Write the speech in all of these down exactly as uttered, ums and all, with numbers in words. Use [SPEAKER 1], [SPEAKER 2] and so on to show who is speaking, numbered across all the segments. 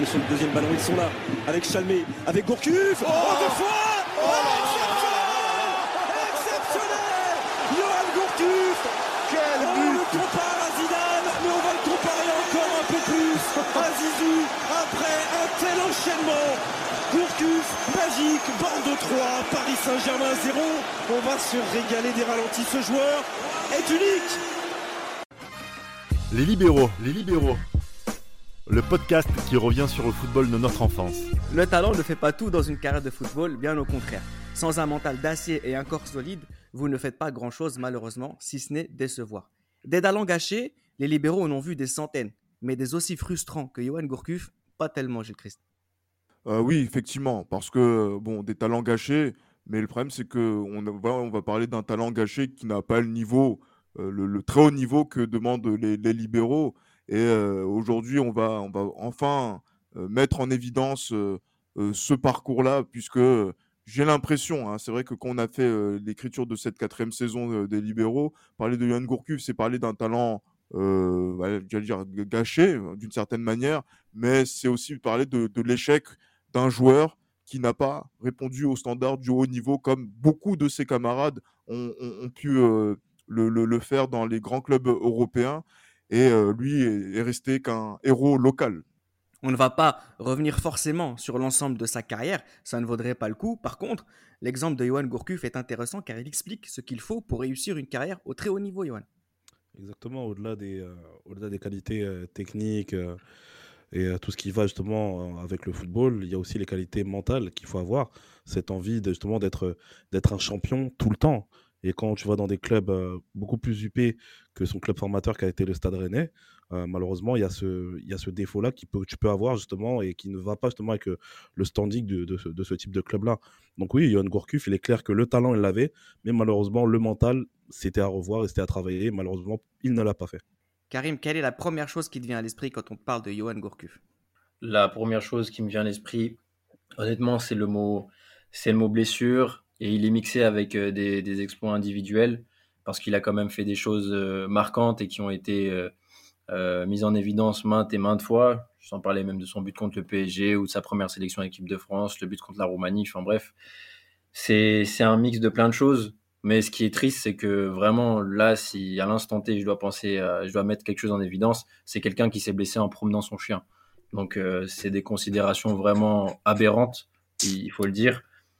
[SPEAKER 1] sur le deuxième ballon, ils sont là, avec Chalmé, avec Gourcuff, oh, oh deux fois oh, exceptionnel exceptionnel Yoann Gourcuff.
[SPEAKER 2] Quel
[SPEAKER 1] on
[SPEAKER 2] but.
[SPEAKER 1] le compare à Zidane, mais on va le comparer encore un peu plus à Zizou, après un tel enchaînement. Gourcuff, magique, Bordeaux trois, Paris Saint-Germain zéro. On va se régaler des ralentis, ce joueur est unique.
[SPEAKER 3] Les libéraux, les libéraux. Le podcast qui revient sur le football de notre enfance.
[SPEAKER 4] Le talent ne fait pas tout dans une carrière de football, bien au contraire. Sans un mental d'acier et un corps solide, vous ne faites pas grand-chose malheureusement, si ce n'est décevoir. Des talents gâchés, les libéraux en ont vu des centaines, mais des aussi frustrants que Yoann Gourcuff, pas tellement Gilles Christ.
[SPEAKER 2] Euh, oui, effectivement, parce que, bon, des talents gâchés, mais le problème, c'est qu'on va, on va parler d'un talent gâché qui n'a pas le niveau, euh, le, le très haut niveau que demandent les, les libéraux. Et euh, aujourd'hui, on va, on va enfin euh, mettre en évidence euh, euh, ce parcours-là, puisque j'ai l'impression, hein, c'est vrai que quand on a fait euh, l'écriture de cette quatrième saison euh, des libéraux, parler de Yoann Gourcuff, c'est parler d'un talent euh, bah, j'allais dire gâché, euh, d'une certaine manière, mais c'est aussi parler de, de l'échec d'un joueur qui n'a pas répondu aux standards du haut niveau, comme beaucoup de ses camarades ont, ont, ont pu euh, le, le, le faire dans les grands clubs européens. Et euh, lui est, est resté qu'un héros local.
[SPEAKER 4] On ne va pas revenir forcément sur l'ensemble de sa carrière, ça ne vaudrait pas le coup. Par contre, l'exemple de Yoann Gourcuff est intéressant car il explique ce qu'il faut pour réussir une carrière au très haut niveau, Yoann.
[SPEAKER 5] Exactement, au-delà des, euh, au-delà des qualités euh, techniques euh, et euh, tout ce qui va justement euh, avec le football, il y a aussi les qualités mentales qu'il faut avoir, cette envie de, justement d'être, d'être un champion tout le temps. Et quand tu vas dans des clubs euh, beaucoup plus huppés que son club formateur qui a été le Stade Rennais, euh, malheureusement, il y a ce, il y a ce défaut-là que tu peux avoir justement et qui ne va pas justement avec euh, le standing de, de, ce, de ce type de club-là. Donc oui, Yoann Gourcuff, il est clair que le talent, il l'avait, mais malheureusement, le mental, c'était à revoir et c'était à travailler. Malheureusement, il ne l'a pas fait.
[SPEAKER 4] Karim, quelle est la première chose qui te vient à l'esprit quand on parle de Yoann Gourcuff ?
[SPEAKER 6] La première chose qui me vient à l'esprit, honnêtement, c'est le mot, c'est le mot blessure. Et il est mixé avec euh, des, des exploits individuels parce qu'il a quand même fait des choses euh, marquantes et qui ont été euh, euh, mises en évidence maintes et maintes fois. Sans parler même de son but contre le P S G ou de sa première sélection équipe de France, le but contre la Roumanie. Enfin bref, c'est, c'est un mix de plein de choses. Mais ce qui est triste, c'est que vraiment là, si à l'instant T, je dois penser, à, je dois mettre quelque chose en évidence, c'est quelqu'un qui s'est blessé en promenant son chien. Donc euh, c'est des considérations vraiment aberrantes, il faut le dire.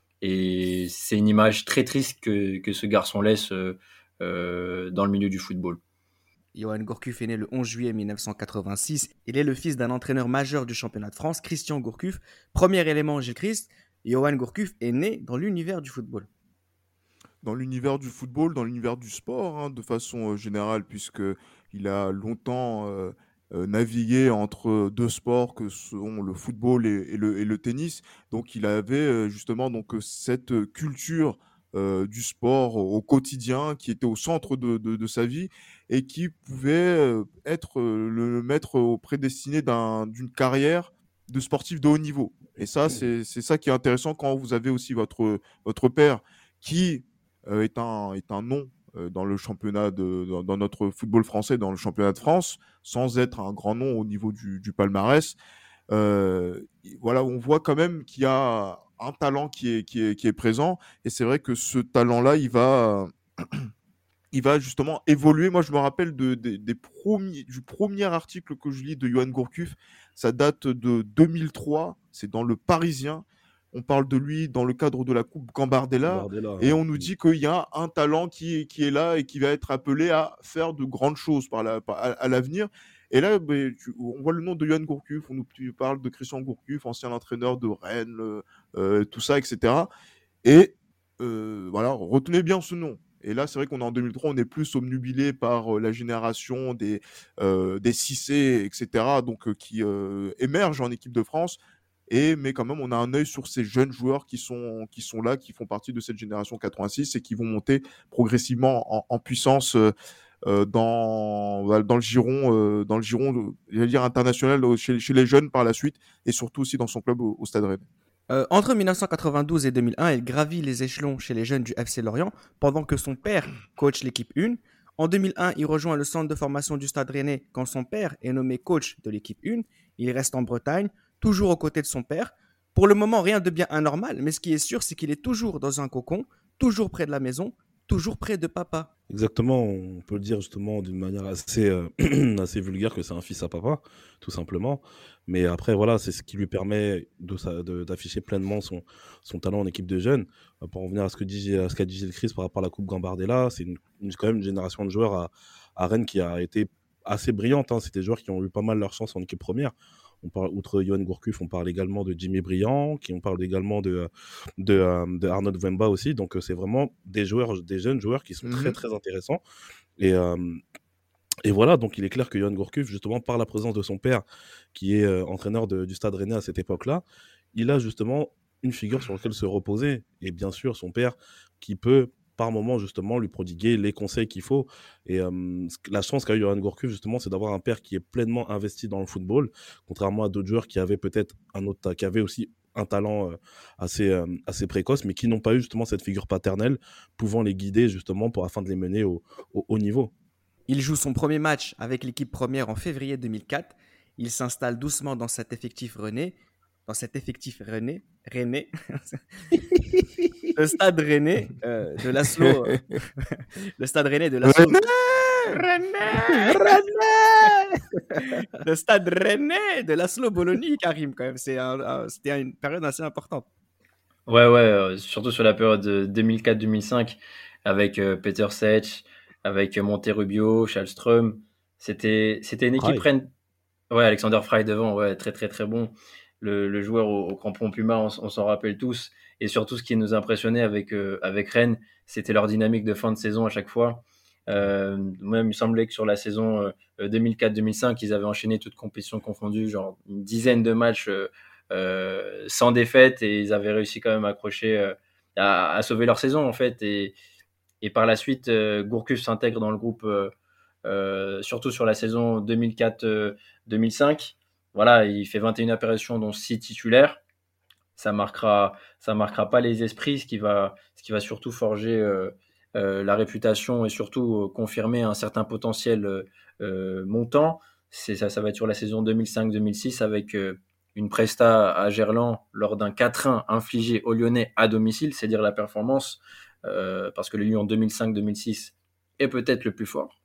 [SPEAKER 6] Et c'est une image très triste que, que ce garçon laisse euh, euh, dans le milieu du football.
[SPEAKER 4] Yoann Gourcuff est né le onze juillet mille neuf cent quatre-vingt-six. Il est le fils d'un entraîneur majeur du championnat de France, Christian Gourcuff. Premier élément, Gilles Christ, Yoann Gourcuff est né dans l'univers du football.
[SPEAKER 2] Dans l'univers du football, dans l'univers du sport, hein, de façon euh, générale, puisqu'il a longtemps euh, euh, navigué entre deux sports que sont le football et, et, le, et le tennis. Donc il avait euh, justement donc, cette culture euh, du sport au quotidien qui était au centre de, de, de sa vie et qui pouvait euh, être euh, le maître prédestiné d'un, d'une carrière de sportif de haut niveau. Et ça, c'est, c'est ça qui est intéressant quand vous avez aussi votre, votre père qui euh, est, un, est un nom euh, dans le championnat, de, dans, dans notre football français, dans le championnat de France, sans être un grand nom au niveau du, du palmarès. Euh, voilà, on voit quand même qu'il y a un talent qui est, qui est, qui est présent. Et c'est vrai que ce talent-là, il va... il va justement évoluer. Moi, je me rappelle de, de, des premiers, du premier article que je lis de Yoann Gourcuff. Ça date de deux mille trois. C'est dans Le Parisien. On parle de lui dans le cadre de la Coupe Gambardella. Gambardella et hein. On nous dit qu'il y a un talent qui, qui est là et qui va être appelé à faire de grandes choses par la, par, à, à l'avenir. Et là, bah, tu, on voit le nom de Yoann Gourcuff. On nous parle de Christian Gourcuff, ancien entraîneur de Rennes, euh, tout ça, et cetera. Et euh, voilà, retenez bien ce nom. Et là, c'est vrai qu'on est en deux mille trois, on est plus obnubilé par euh, la génération des, euh, des Cissé, et cetera, donc, euh, qui euh, émergent en équipe de France. Et, mais quand même, on a un œil sur ces jeunes joueurs qui sont, qui sont là, qui font partie de cette génération quatre-vingt-six et qui vont monter progressivement en, en puissance euh, dans, dans le giron, euh, dans le giron j'allais dire international chez, chez les jeunes par la suite et surtout aussi dans son club au, au Stade Rennais.
[SPEAKER 4] Euh, entre dix-neuf cent quatre-vingt-douze et deux mille un, il gravit les échelons chez les jeunes du F C Lorient pendant que son père coach l'équipe un. En deux mille un, il rejoint le centre de formation du Stade Rennais quand son père est nommé coach de l'équipe un. Il reste en Bretagne, toujours aux côtés de son père. Pour le moment, rien de bien anormal, mais ce qui est sûr, c'est qu'il est toujours dans un cocon, toujours près de la maison, toujours près de papa.
[SPEAKER 5] Exactement, on peut le dire justement d'une manière assez, euh, assez vulgaire que c'est un fils à papa, tout simplement. Mais après, voilà, c'est ce qui lui permet de, sa- de- d'afficher pleinement son, son talent en équipe de jeunes. Euh, Pour revenir à ce que dit, à ce qu'a dit Gilles Christ par rapport à la Coupe Gambardella, c'est une, une- quand même une génération de joueurs à, à Rennes qui a été assez brillante, hein. C'est des joueurs qui ont eu pas mal leur chance en équipe première. On parle, outre Johan Gourcuff, on parle également de Jimmy Briand, qui on parle également de, de, euh, de Arnaud Wemba aussi. Donc, euh, c'est vraiment des joueurs, des jeunes joueurs qui sont très,
[SPEAKER 2] Mhm.
[SPEAKER 5] très intéressants. Et, euh, et voilà, donc il est clair que Johan Gourcuff, justement, par la présence de son père, qui est euh, entraîneur de- du Stade Rennais à cette époque-là, il a justement une figure sur laquelle se reposer. Et bien sûr, son père, qui peut, par moment, justement, lui prodiguer les conseils qu'il faut. Et euh, ce que- la chance qu'a eu Johan Gourcuff, justement, c'est d'avoir un père qui est pleinement investi dans le football, contrairement à d'autres joueurs qui avaient peut-être un autre, ta- qui avaient aussi un talent euh, assez, euh, assez précoce, mais qui n'ont pas eu justement cette figure paternelle pouvant les guider justement pour, afin de les mener au, au haut niveau.
[SPEAKER 4] Il joue son premier match avec l'équipe première en février deux mille quatre. Il s'installe doucement dans cet effectif René, dans cet effectif René, René, le stade René euh, de Laszlo, euh, le stade René de Laszlo, René, le stade René de Laszlo Bologna, Karim quand même. C'est un- un- c'était une période assez importante.
[SPEAKER 6] Ouais, ouais, euh, surtout sur la période de deux mille quatre deux mille cinq avec euh, Peter Sech, avec euh, Monterrubio, Schallström. C'était, c'était une équipe
[SPEAKER 5] Fry.
[SPEAKER 6] Rennes. Ouais, Alexander Fry devant, ouais, très très très bon. Le, le joueur au, au crampon Puma, on, s- on s'en rappelle tous. Et surtout, ce qui nous impressionnait avec, euh, avec Rennes, c'était leur dynamique de fin de saison à chaque fois. Euh, même, il me semblait que sur la saison euh, deux mille quatre deux mille cinq, ils avaient enchaîné toutes compétitions confondues, genre une dizaine de matchs euh, euh, sans défaite, et ils avaient réussi quand même à accrocher, euh, à, à sauver leur saison en fait. Et, et par la suite, euh, Gourcuff s'intègre dans le groupe, euh, euh, surtout sur la saison deux mille quatre deux mille cinq. Voilà, il fait vingt et une apparitions, dont six titulaires. Ça marquera, ça marquera pas les esprits, ce qui va, ce qui va surtout forger euh, euh, la réputation et surtout euh, confirmer un certain potentiel euh, euh, montant. C'est ça, ça va être sur la saison deux mille cinq deux mille six avec euh, une presta à Gerland lors d'un quatre un infligé aux Lyonnais à domicile, c'est dire la performance, euh, parce que le Lyon deux mille cinq deux mille six est peut-être le plus fort,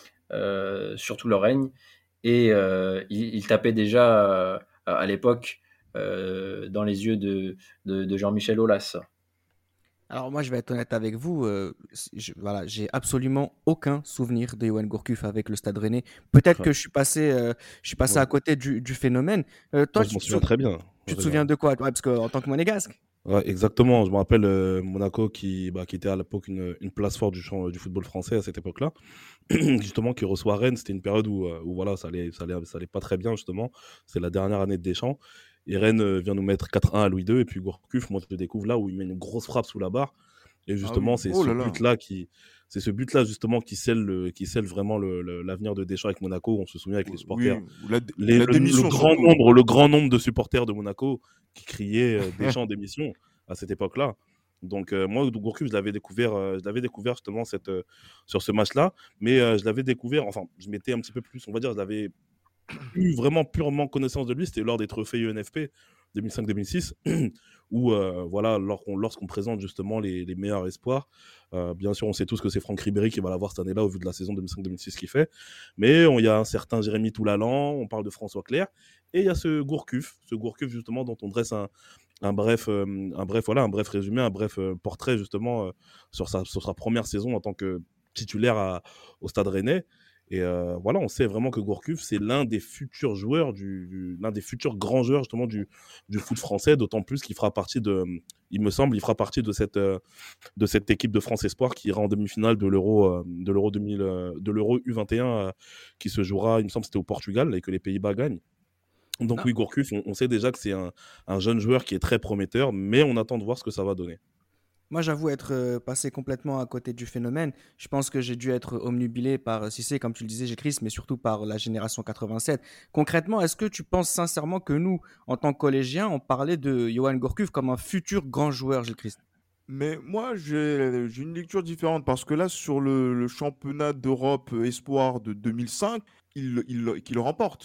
[SPEAKER 6] euh, surtout leur règne. Et euh, il, il tapait déjà euh, à l'époque euh, dans les yeux de, de, de Jean-Michel Aulas.
[SPEAKER 4] Alors moi, je vais être honnête avec vous. Euh, je, voilà, j'ai absolument aucun souvenir de Johan Gourcuff avec le Stade Rennais. Peut-être
[SPEAKER 5] Ouais.
[SPEAKER 4] que je suis passé, euh, je suis passé
[SPEAKER 5] Moi,
[SPEAKER 4] à côté du, du phénomène. Euh, toi,
[SPEAKER 5] moi, je
[SPEAKER 4] tu
[SPEAKER 5] m'en
[SPEAKER 4] te,
[SPEAKER 5] souviens
[SPEAKER 4] sou-
[SPEAKER 5] très bien.
[SPEAKER 4] tu te
[SPEAKER 5] Regarde.
[SPEAKER 4] souviens de quoi? Ouais, parce qu'en tant que monégasque.
[SPEAKER 5] Ouais, exactement. Je me rappelle euh, Monaco qui, bah, qui était à l'époque une, une place forte du, champ- du football français à cette époque-là. Justement, qui reçoit Rennes. C'était une période où, euh, où voilà, ça allait, ça allait, ça allait pas très bien, justement. C'est la dernière année de Deschamps. Et Rennes euh, vient nous mettre quatre un à Louis deux. Et puis Gourcuff, moi, je le découvre là où il met une grosse frappe sous la barre. Et
[SPEAKER 2] Ah
[SPEAKER 5] justement,
[SPEAKER 2] oui,
[SPEAKER 5] c'est
[SPEAKER 2] oh
[SPEAKER 5] ce
[SPEAKER 2] là là.
[SPEAKER 5] but-là qui, c'est ce but-là justement qui scelle, le- qui scelle vraiment le- le- l'avenir de Deschamps avec Monaco. On se souvient avec les supporters,
[SPEAKER 2] Oui, ou la, dé-
[SPEAKER 5] les-
[SPEAKER 2] la
[SPEAKER 5] le, le
[SPEAKER 2] démission
[SPEAKER 5] grand
[SPEAKER 2] surtout.
[SPEAKER 5] nombre, le grand nombre de supporters de Monaco qui criaient euh, Deschamps démission à cette époque-là. Donc euh, moi, Gourcuff, je l'avais découvert, euh, je l'avais découvert justement cette, euh, sur ce match-là, mais euh, je l'avais découvert, enfin, je m'étais un petit peu plus, on va dire, je l'avais eu vraiment purement connaissance de lui, c'était lors des trophées U N F P deux mille cinq deux mille six, où euh, voilà, lorsqu'on, lorsqu'on présente justement les, les meilleurs espoirs, euh, bien sûr, on sait tous que c'est Franck Ribéry qui va l'avoir cette année-là au vu de la saison deux mille cinq deux mille six qu'il fait, mais on- il y a un certain Jérémy Toulalan, on parle de François Clerc, et il y a ce Gourcuff, ce Gourcuff justement dont on dresse un, un bref, euh, un bref, voilà, un bref résumé, un bref euh, portrait justement euh, sur sa, sur sa première saison en tant que titulaire à- au Stade Rennais. Et euh, voilà, on sait vraiment que Gourcuff, c'est l'un des futurs joueurs, du, du- l'un des futurs grands joueurs justement du, du foot français, d'autant plus qu'il fera partie de, il me semble, il fera partie de cette, euh, de cette équipe de France Espoir qui ira en demi-finale de l'Euro, euh, de l'Euro deux mille, euh, de l'Euro U vingt et un euh, qui se jouera, il me semble, c'était au Portugal et que les Pays-Bas gagnent. Donc
[SPEAKER 4] Non.
[SPEAKER 5] oui, Gourcuff, on, on sait déjà que c'est un, un jeune joueur qui est très prometteur, mais on attend de voir ce que ça va donner.
[SPEAKER 4] Moi, j'avoue être euh, passé complètement à côté du phénomène. Je pense que j'ai dû être omnubilé par euh, Cissé, comme tu le disais, j'ai Chris, mais surtout par la génération quatre-vingt-sept. Concrètement, est-ce que tu penses sincèrement que nous, en tant que collégiens, on parlait de Johan Gourcuff comme un futur grand joueur, Gilles Christ?
[SPEAKER 2] Mais moi, j'ai j'ai une lecture différente parce que là, sur le, le championnat d'Europe euh, Espoir de deux mille cinq, il, il, qu'il le remporte.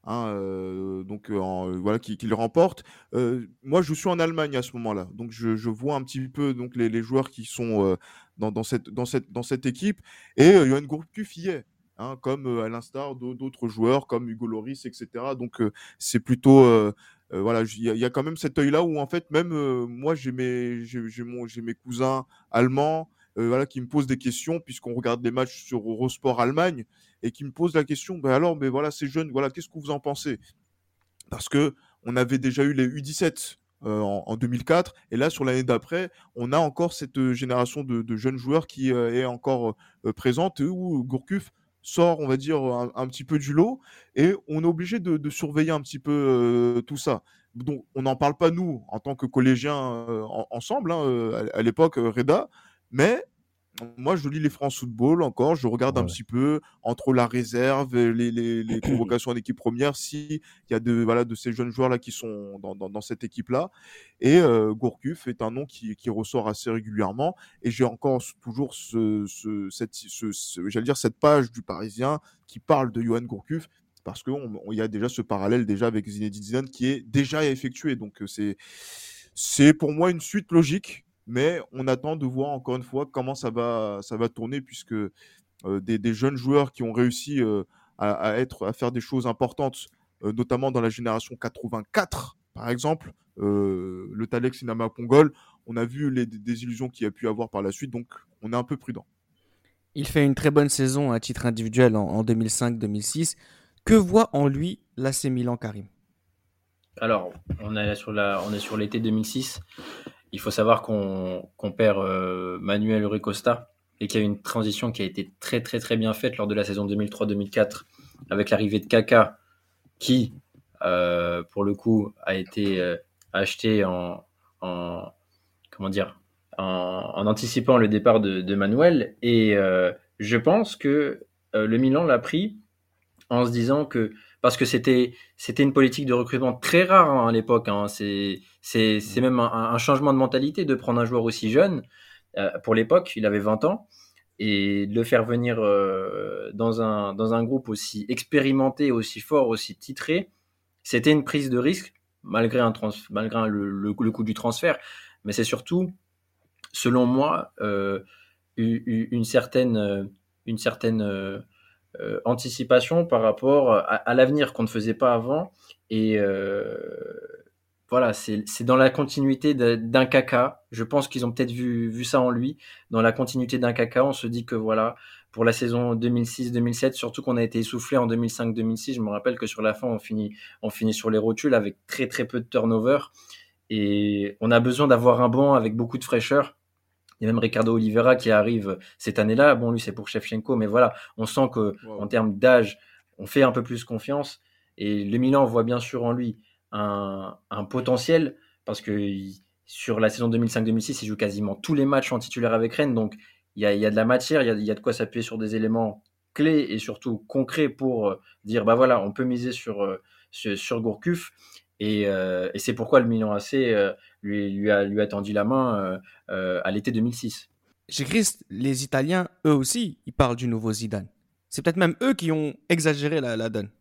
[SPEAKER 2] hein, euh, donc euh, en- euh, voilà, qui, qui le remporte. Euh, moi, je suis en Allemagne à ce moment-là, donc je, je vois un petit peu donc les, les joueurs qui sont euh, dans, dans cette dans cette dans cette équipe et euh, Johan Gourcuff y est. Hein, comme euh, à l'instar d'au- d'autres joueurs comme Hugo Lloris, et cetera. Donc euh, c'est plutôt euh, euh, voilà, il y, a- il y a quand même cet œil-là où en fait même euh, moi j'ai mes j'ai j'ai mon j'ai mes cousins allemands euh, voilà qui me posent des questions puisqu'on regarde les matchs sur Eurosport Allemagne et qui me posent la question ben alors mais voilà ces jeunes voilà qu'est-ce que vous en pensez parce que on avait déjà eu les U dix-sept euh, en, en deux mille quatre et là sur l'année d'après on a encore cette euh, génération de, de jeunes joueurs qui euh, est encore euh, présente où Gourcuff sort on va dire un, un petit peu du lot et on est obligé de, de surveiller un petit peu euh, tout ça donc on n'en parle pas nous en tant que collégiens euh, en- ensemble hein, euh, à, à l'époque euh, Reda mais moi, je lis les France Football encore, je regarde un
[SPEAKER 5] Ouais.
[SPEAKER 2] petit peu entre la réserve, les, les, les convocations en équipe première, s'il y a de, voilà, de ces jeunes joueurs-là qui sont dans, dans, dans cette équipe-là. Et euh, Gourcuff est un nom qui, qui ressort assez régulièrement. Et j'ai encore s- toujours ce, ce, cette, ce, ce- j'allais dire cette page du Parisien qui parle de Johan Gourcuff parce qu'il y a déjà ce parallèle déjà avec Zinedine Zidane qui est déjà effectué. Donc euh, c'est, c'est pour moi une suite logique mais on attend de voir encore une fois comment ça va, ça va tourner puisque euh, des, des jeunes joueurs qui ont réussi euh, à, à être, à faire des choses importantes, euh, notamment dans la génération quatre-vingt-quatre, par exemple, euh, le Talex Inama Pongol, on a vu les des désillusions qu'il y a pu avoir par la suite, donc on est un peu prudent.
[SPEAKER 4] Il fait une très bonne saison à titre individuel en, en deux mille cinq deux mille six. Que voit en lui l'A C Milan, Karim?
[SPEAKER 6] Alors, on est sur la, on est sur l'été deux mille six. Il faut savoir qu'on qu'on perd euh, Manuel Rui Costa et qu'il y a une transition qui a été très très très bien faite lors de la saison deux mille trois deux mille quatre avec l'arrivée de Kaka qui, euh, pour le coup, a été euh, acheté en, en comment dire en, en anticipant le départ de, de Manuel et euh, je pense que euh, le Milan l'a pris en se disant que parce que c'était c'était une politique de recrutement très rare hein, à l'époque. Hein. C'est c'est c'est même un, un, changement de mentalité de prendre un joueur aussi jeune. Euh, pour l'époque, il avait vingt ans et de le faire venir euh, dans un dans un groupe aussi expérimenté, aussi fort, aussi titré, c'était une prise de risque malgré un trans malgré un, le, le, le coût du transfert. Mais c'est surtout, selon moi, euh, une certaine une certaine euh, euh, anticipation par rapport à, à l'avenir qu'on ne faisait pas avant. Et euh, voilà, c'est c'est dans la continuité de- d'un Kaka. Je pense qu'ils ont peut-être vu, vu ça en lui. Dans la continuité d'un Kaka, on se dit que voilà, pour la saison deux mille six deux mille sept, surtout qu'on a été essoufflé en deux mille cinq deux mille six, je me rappelle que sur la fin, on finit, on finit sur les rotules avec très très peu de turnover. Et on a besoin d'avoir un banc avec beaucoup de fraîcheur. Il y a même Ricardo Oliveira qui arrive cette année-là. Bon, lui, c'est pour Shevchenko, mais voilà, on sent que en
[SPEAKER 2] Wow.
[SPEAKER 6] termes d'âge, on fait un peu plus confiance. Et le Milan voit bien sûr en lui un, un potentiel parce que il- sur la saison deux mille cinq deux mille six, il joue quasiment tous les matchs en titulaire avec Rennes. Donc, il y a, il y a de la matière, il y a, il y a de quoi s'appuyer sur des éléments clés et surtout concrets pour euh, dire, bah voilà, on peut miser sur, euh, sur, sur Gourcuff. Et, euh, et c'est pourquoi le Milan A C euh, lui, lui, a, lui a tendu la main euh, euh, à l'été deux mille six.
[SPEAKER 4] Chez Christ, les Italiens, eux aussi, ils parlent du nouveau Zidane. C'est peut-être même eux qui ont exagéré la, la donne.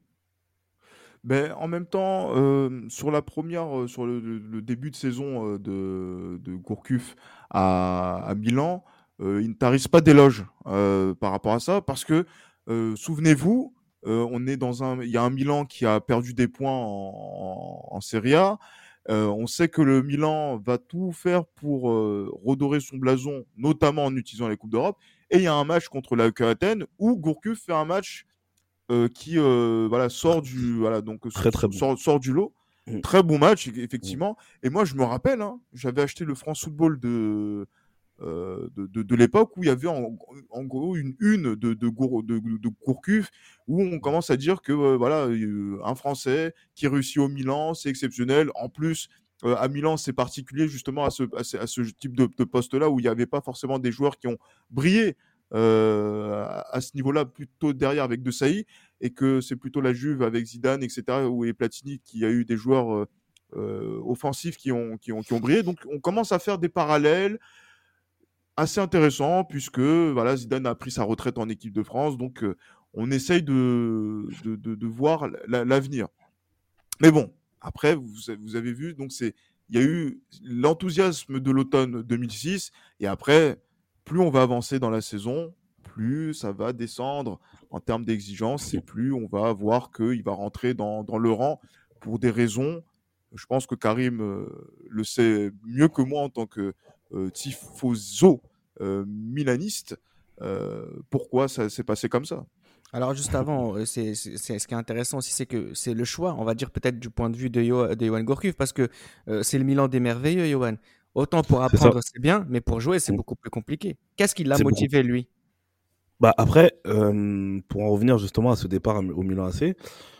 [SPEAKER 2] Ben, en même temps, euh, sur la première, euh, sur le, le- le début de saison euh, de, de Gourcuff à, à Milan, euh, il ne tarisse pas d'éloges euh, par rapport à ça, parce que euh, souvenez-vous, euh, on est dans un, il y a un Milan qui a perdu des points en, en, en Serie A. Euh, on sait que le Milan va tout faire pour euh, redorer son blason, notamment en utilisant les coupes d'Europe. Et il y a un match contre la A E K Athènes où Gourcuff fait un match euh, qui euh, voilà sort du voilà donc
[SPEAKER 5] Très très bon.
[SPEAKER 2] sort, sort du lot.
[SPEAKER 5] Mm.
[SPEAKER 2] Très bon match
[SPEAKER 5] Mm.
[SPEAKER 2] effectivement. Et moi je me rappelle, hein, j'avais acheté le France Football de euh, de, de, de l'époque où il y avait en, en gros une une de de, Gour, de, de Gourcuff où on commence à dire que euh, voilà euh, un Français qui réussit au Milan c'est exceptionnel. En plus euh, à Milan c'est particulier justement à ce, à ce, à ce type de, de poste là où il n'y avait pas forcément des joueurs qui ont brillé euh, à, à ce niveau-là plutôt derrière avec De Sailly et que c'est plutôt la Juve avec Zidane et cetera où et Platini qui a eu des joueurs euh, euh, offensifs qui ont, qui, ont, qui ont brillé. Donc on commence à faire des parallèles assez intéressants puisque voilà, Zidane a pris sa retraite en équipe de France. Donc euh, on essaye de, de, de, de voir la, l'avenir. Mais bon, après, vous, vous avez vu, donc c'est, il y a eu l'enthousiasme de l'automne deux mille six, et après, plus on va avancer dans la saison, plus ça va descendre en termes d'exigence, et plus on va voir qu'il va rentrer dans, dans le rang pour des raisons. Je pense que Karim euh, le sait mieux que moi en tant que euh, tifoso euh, milaniste. Euh, pourquoi ça s'est passé comme ça?
[SPEAKER 4] Alors juste avant, euh, c'est, c'est, c'est- ce qui est intéressant aussi, c'est que c'est le choix, on va dire peut-être du point de vue de, Yo- de Johan Gourcuff, parce que euh, c'est le Milan des merveilleux, Johan. Autant pour
[SPEAKER 5] C'est ça.
[SPEAKER 4] apprendre, c'est bien, mais pour jouer, c'est
[SPEAKER 5] Mm.
[SPEAKER 4] beaucoup plus compliqué. Qu'est-ce qui l'a
[SPEAKER 5] C'est beaucoup.
[SPEAKER 4] motivé, lui?
[SPEAKER 5] Bah après, euh, pour en revenir justement à ce départ au Milan A C,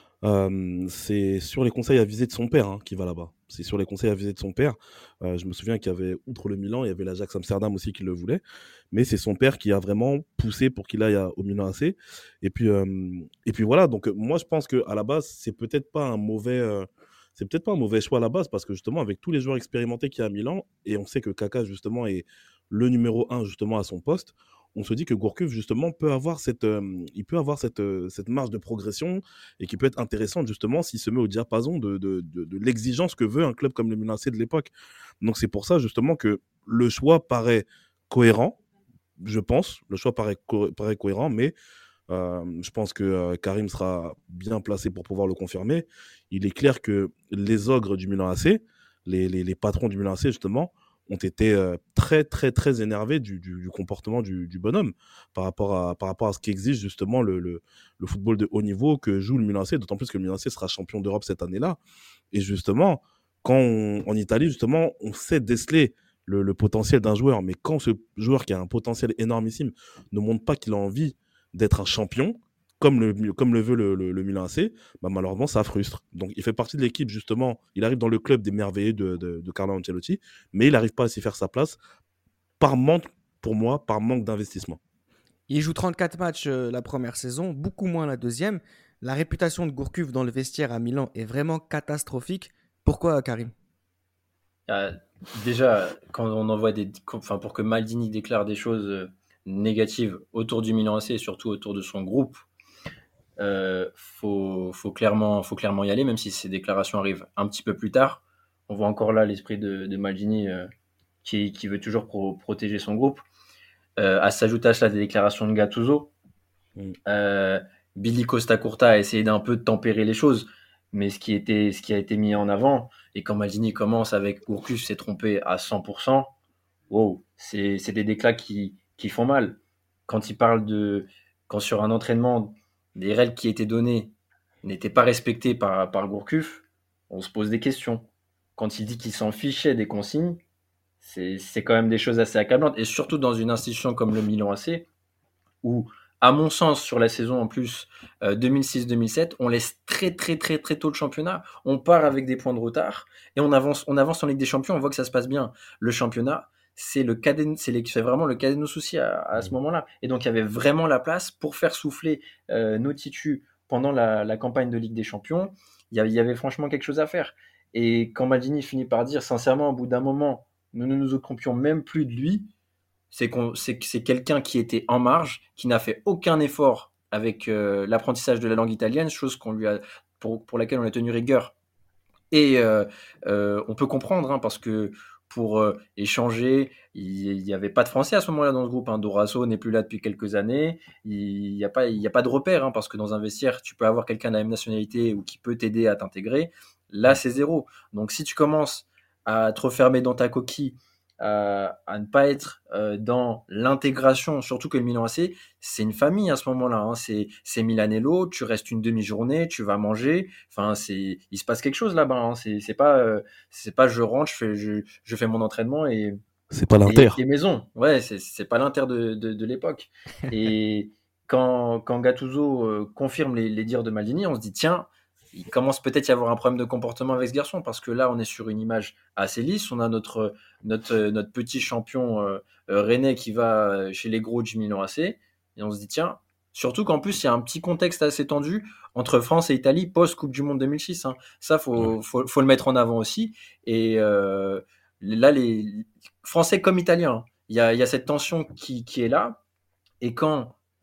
[SPEAKER 5] euh, c'est sur les conseils avisés de son père hein, qui va là-bas. C'est sur les conseils avisés de son père. Euh, je me souviens qu'il y avait, outre le Milan, il y avait l'Ajax Amsterdam aussi qui le voulait. Mais c'est son père qui a vraiment poussé pour qu'il aille à- au Milan A C. Et puis, euh, et puis voilà, donc euh, moi je pense qu'à la base, c'est peut-être pas un mauvais... euh, c'est peut-être pas un mauvais choix à la base parce que justement avec tous les joueurs expérimentés qu'il y a à Milan et on sait que Kaka justement est le numéro un justement à son poste, on se dit que Gourcuff justement peut avoir cette, euh, il peut avoir cette, euh, cette marge de progression et qui peut être intéressante justement s'il se met au diapason de, de, de, de l'exigence que veut un club comme le Milan A C de l'époque. Donc c'est pour ça justement que le choix paraît cohérent, je pense, le choix paraît, co- paraît cohérent, mais euh, je pense que euh, Karim sera bien placé pour pouvoir le confirmer. Il est clair que les ogres du Milan A C, les, les, les patrons du Milan A C justement, ont été euh, très très très énervés du, du, du comportement du, du bonhomme par rapport à, par rapport à ce qu'exige justement le, le, le football de haut niveau que joue le Milan A C, d'autant plus que le Milan A C sera champion d'Europe cette année-là. Et justement, quand on- en Italie, justement, on sait déceler le, le potentiel d'un joueur, mais quand ce joueur qui a un potentiel énormissime ne montre pas qu'il a envie d'être un champion, comme le, comme le veut le, le, le Milan A C, bah malheureusement, ça frustre. Donc, il fait partie de l'équipe, justement. Il arrive dans le club des merveilleux de, de, de Carlo Ancelotti, mais il n'arrive pas à s'y faire sa place par manque, pour moi, par manque d'investissement.
[SPEAKER 4] Il joue trente-quatre matchs euh, la première saison, beaucoup moins la deuxième. La réputation de Gourcuff dans le vestiaire à Milan est vraiment catastrophique. Pourquoi, Karim?
[SPEAKER 6] Euh, déjà, quand on envoie des, enfin, pour que Maldini déclare des choses euh, négatives autour du Milan A C et surtout autour de son groupe, euh, faut, faut clairement, faut clairement y aller, même si ces déclarations arrivent un petit peu plus tard. On voit encore là l'esprit de, de Maldini euh, qui, qui veut toujours pro- protéger son groupe. Euh, à s'ajouter à cela des déclarations de Gattuso.
[SPEAKER 5] Mm.
[SPEAKER 6] Euh, Billy Costa Curta a essayé d'un peu de tempérer les choses, mais ce qui, était, ce qui a été mis en avant, et quand Maldini commence avec Gourcuff s'est trompé à cent pour cent, wow, c'est, c'est des déclats qui, qui font mal. Quand il parle de, quand sur un entraînement, des règles qui étaient données n'étaient pas respectées par, par Gourcuff, on se pose des questions. Quand il dit qu'il s'en fichait des consignes, c'est, c'est quand même des choses assez accablantes, et surtout dans une institution comme le Milan A C, où, à mon sens, sur la saison en plus euh, deux mille six deux mille sept, on laisse très très très très tôt le championnat. On part avec des points de retard et on avance, on avance en Ligue des Champions. On voit que ça se passe bien. Le championnat, c'est le cadet, c'est, les, c'est vraiment le cadet de nos soucis à, à ce moment-là. Et donc il y avait vraiment la place pour faire souffler euh, nos titus pendant la, la campagne de Ligue des Champions. Il y, avait, il y avait franchement quelque chose à faire. Et quand Maldini finit par dire, sincèrement, au bout d'un moment, nous ne nous occupions même plus de lui. C'est, qu'on, c'est, c'est quelqu'un qui était en marge, qui n'a fait aucun effort avec euh, l'apprentissage de la langue italienne, chose qu'on lui a, pour, pour laquelle on a tenu rigueur. Et euh, euh, on peut comprendre, hein, parce que pour euh, échanger, il n'y avait pas de Français à ce moment-là dans ce groupe. Hein. Dorasso n'est plus là depuis quelques années. Il n'y a, pas, il y a pas de repère, hein, parce que dans un vestiaire, tu peux avoir quelqu'un de la même nationalité ou qui peut t'aider à t'intégrer. Là, c'est zéro. Donc si tu commences à te refermer dans ta coquille, euh, à ne pas être euh, dans l'intégration, surtout que le Milan A C, c'est une famille à ce moment-là. Hein. C'est, c'est Milanello, tu restes une demi-journée, tu vas manger. Enfin, c'est, il se passe quelque chose là-bas. Hein. C'est, c'est pas, euh, c'est pas je rentre, je fais, je, je fais mon entraînement et
[SPEAKER 5] C'est pas
[SPEAKER 6] et,
[SPEAKER 5] l'Inter.
[SPEAKER 6] et maison. Ouais, c'est, c'est pas l'Inter de, de, de l'époque. Et quand, quand Gattuso euh, confirme les, les dires de Maldini, on se dit tiens, il commence peut-être à y avoir un problème de comportement avec ce garçon, parce que là, on est sur une image assez lisse. On a notre, notre, notre petit champion euh, euh, rennais qui va chez les gros du Milan A C, et on se dit, tiens, surtout qu'en plus, il y a un petit contexte assez tendu entre France et Italie post-Coupe du Monde deux mille six. Hein. Ça, il faut, faut, faut le mettre en avant aussi. Et euh, là, les Français comme Italiens, il y a, il y a cette tension qui, qui est là. Et quand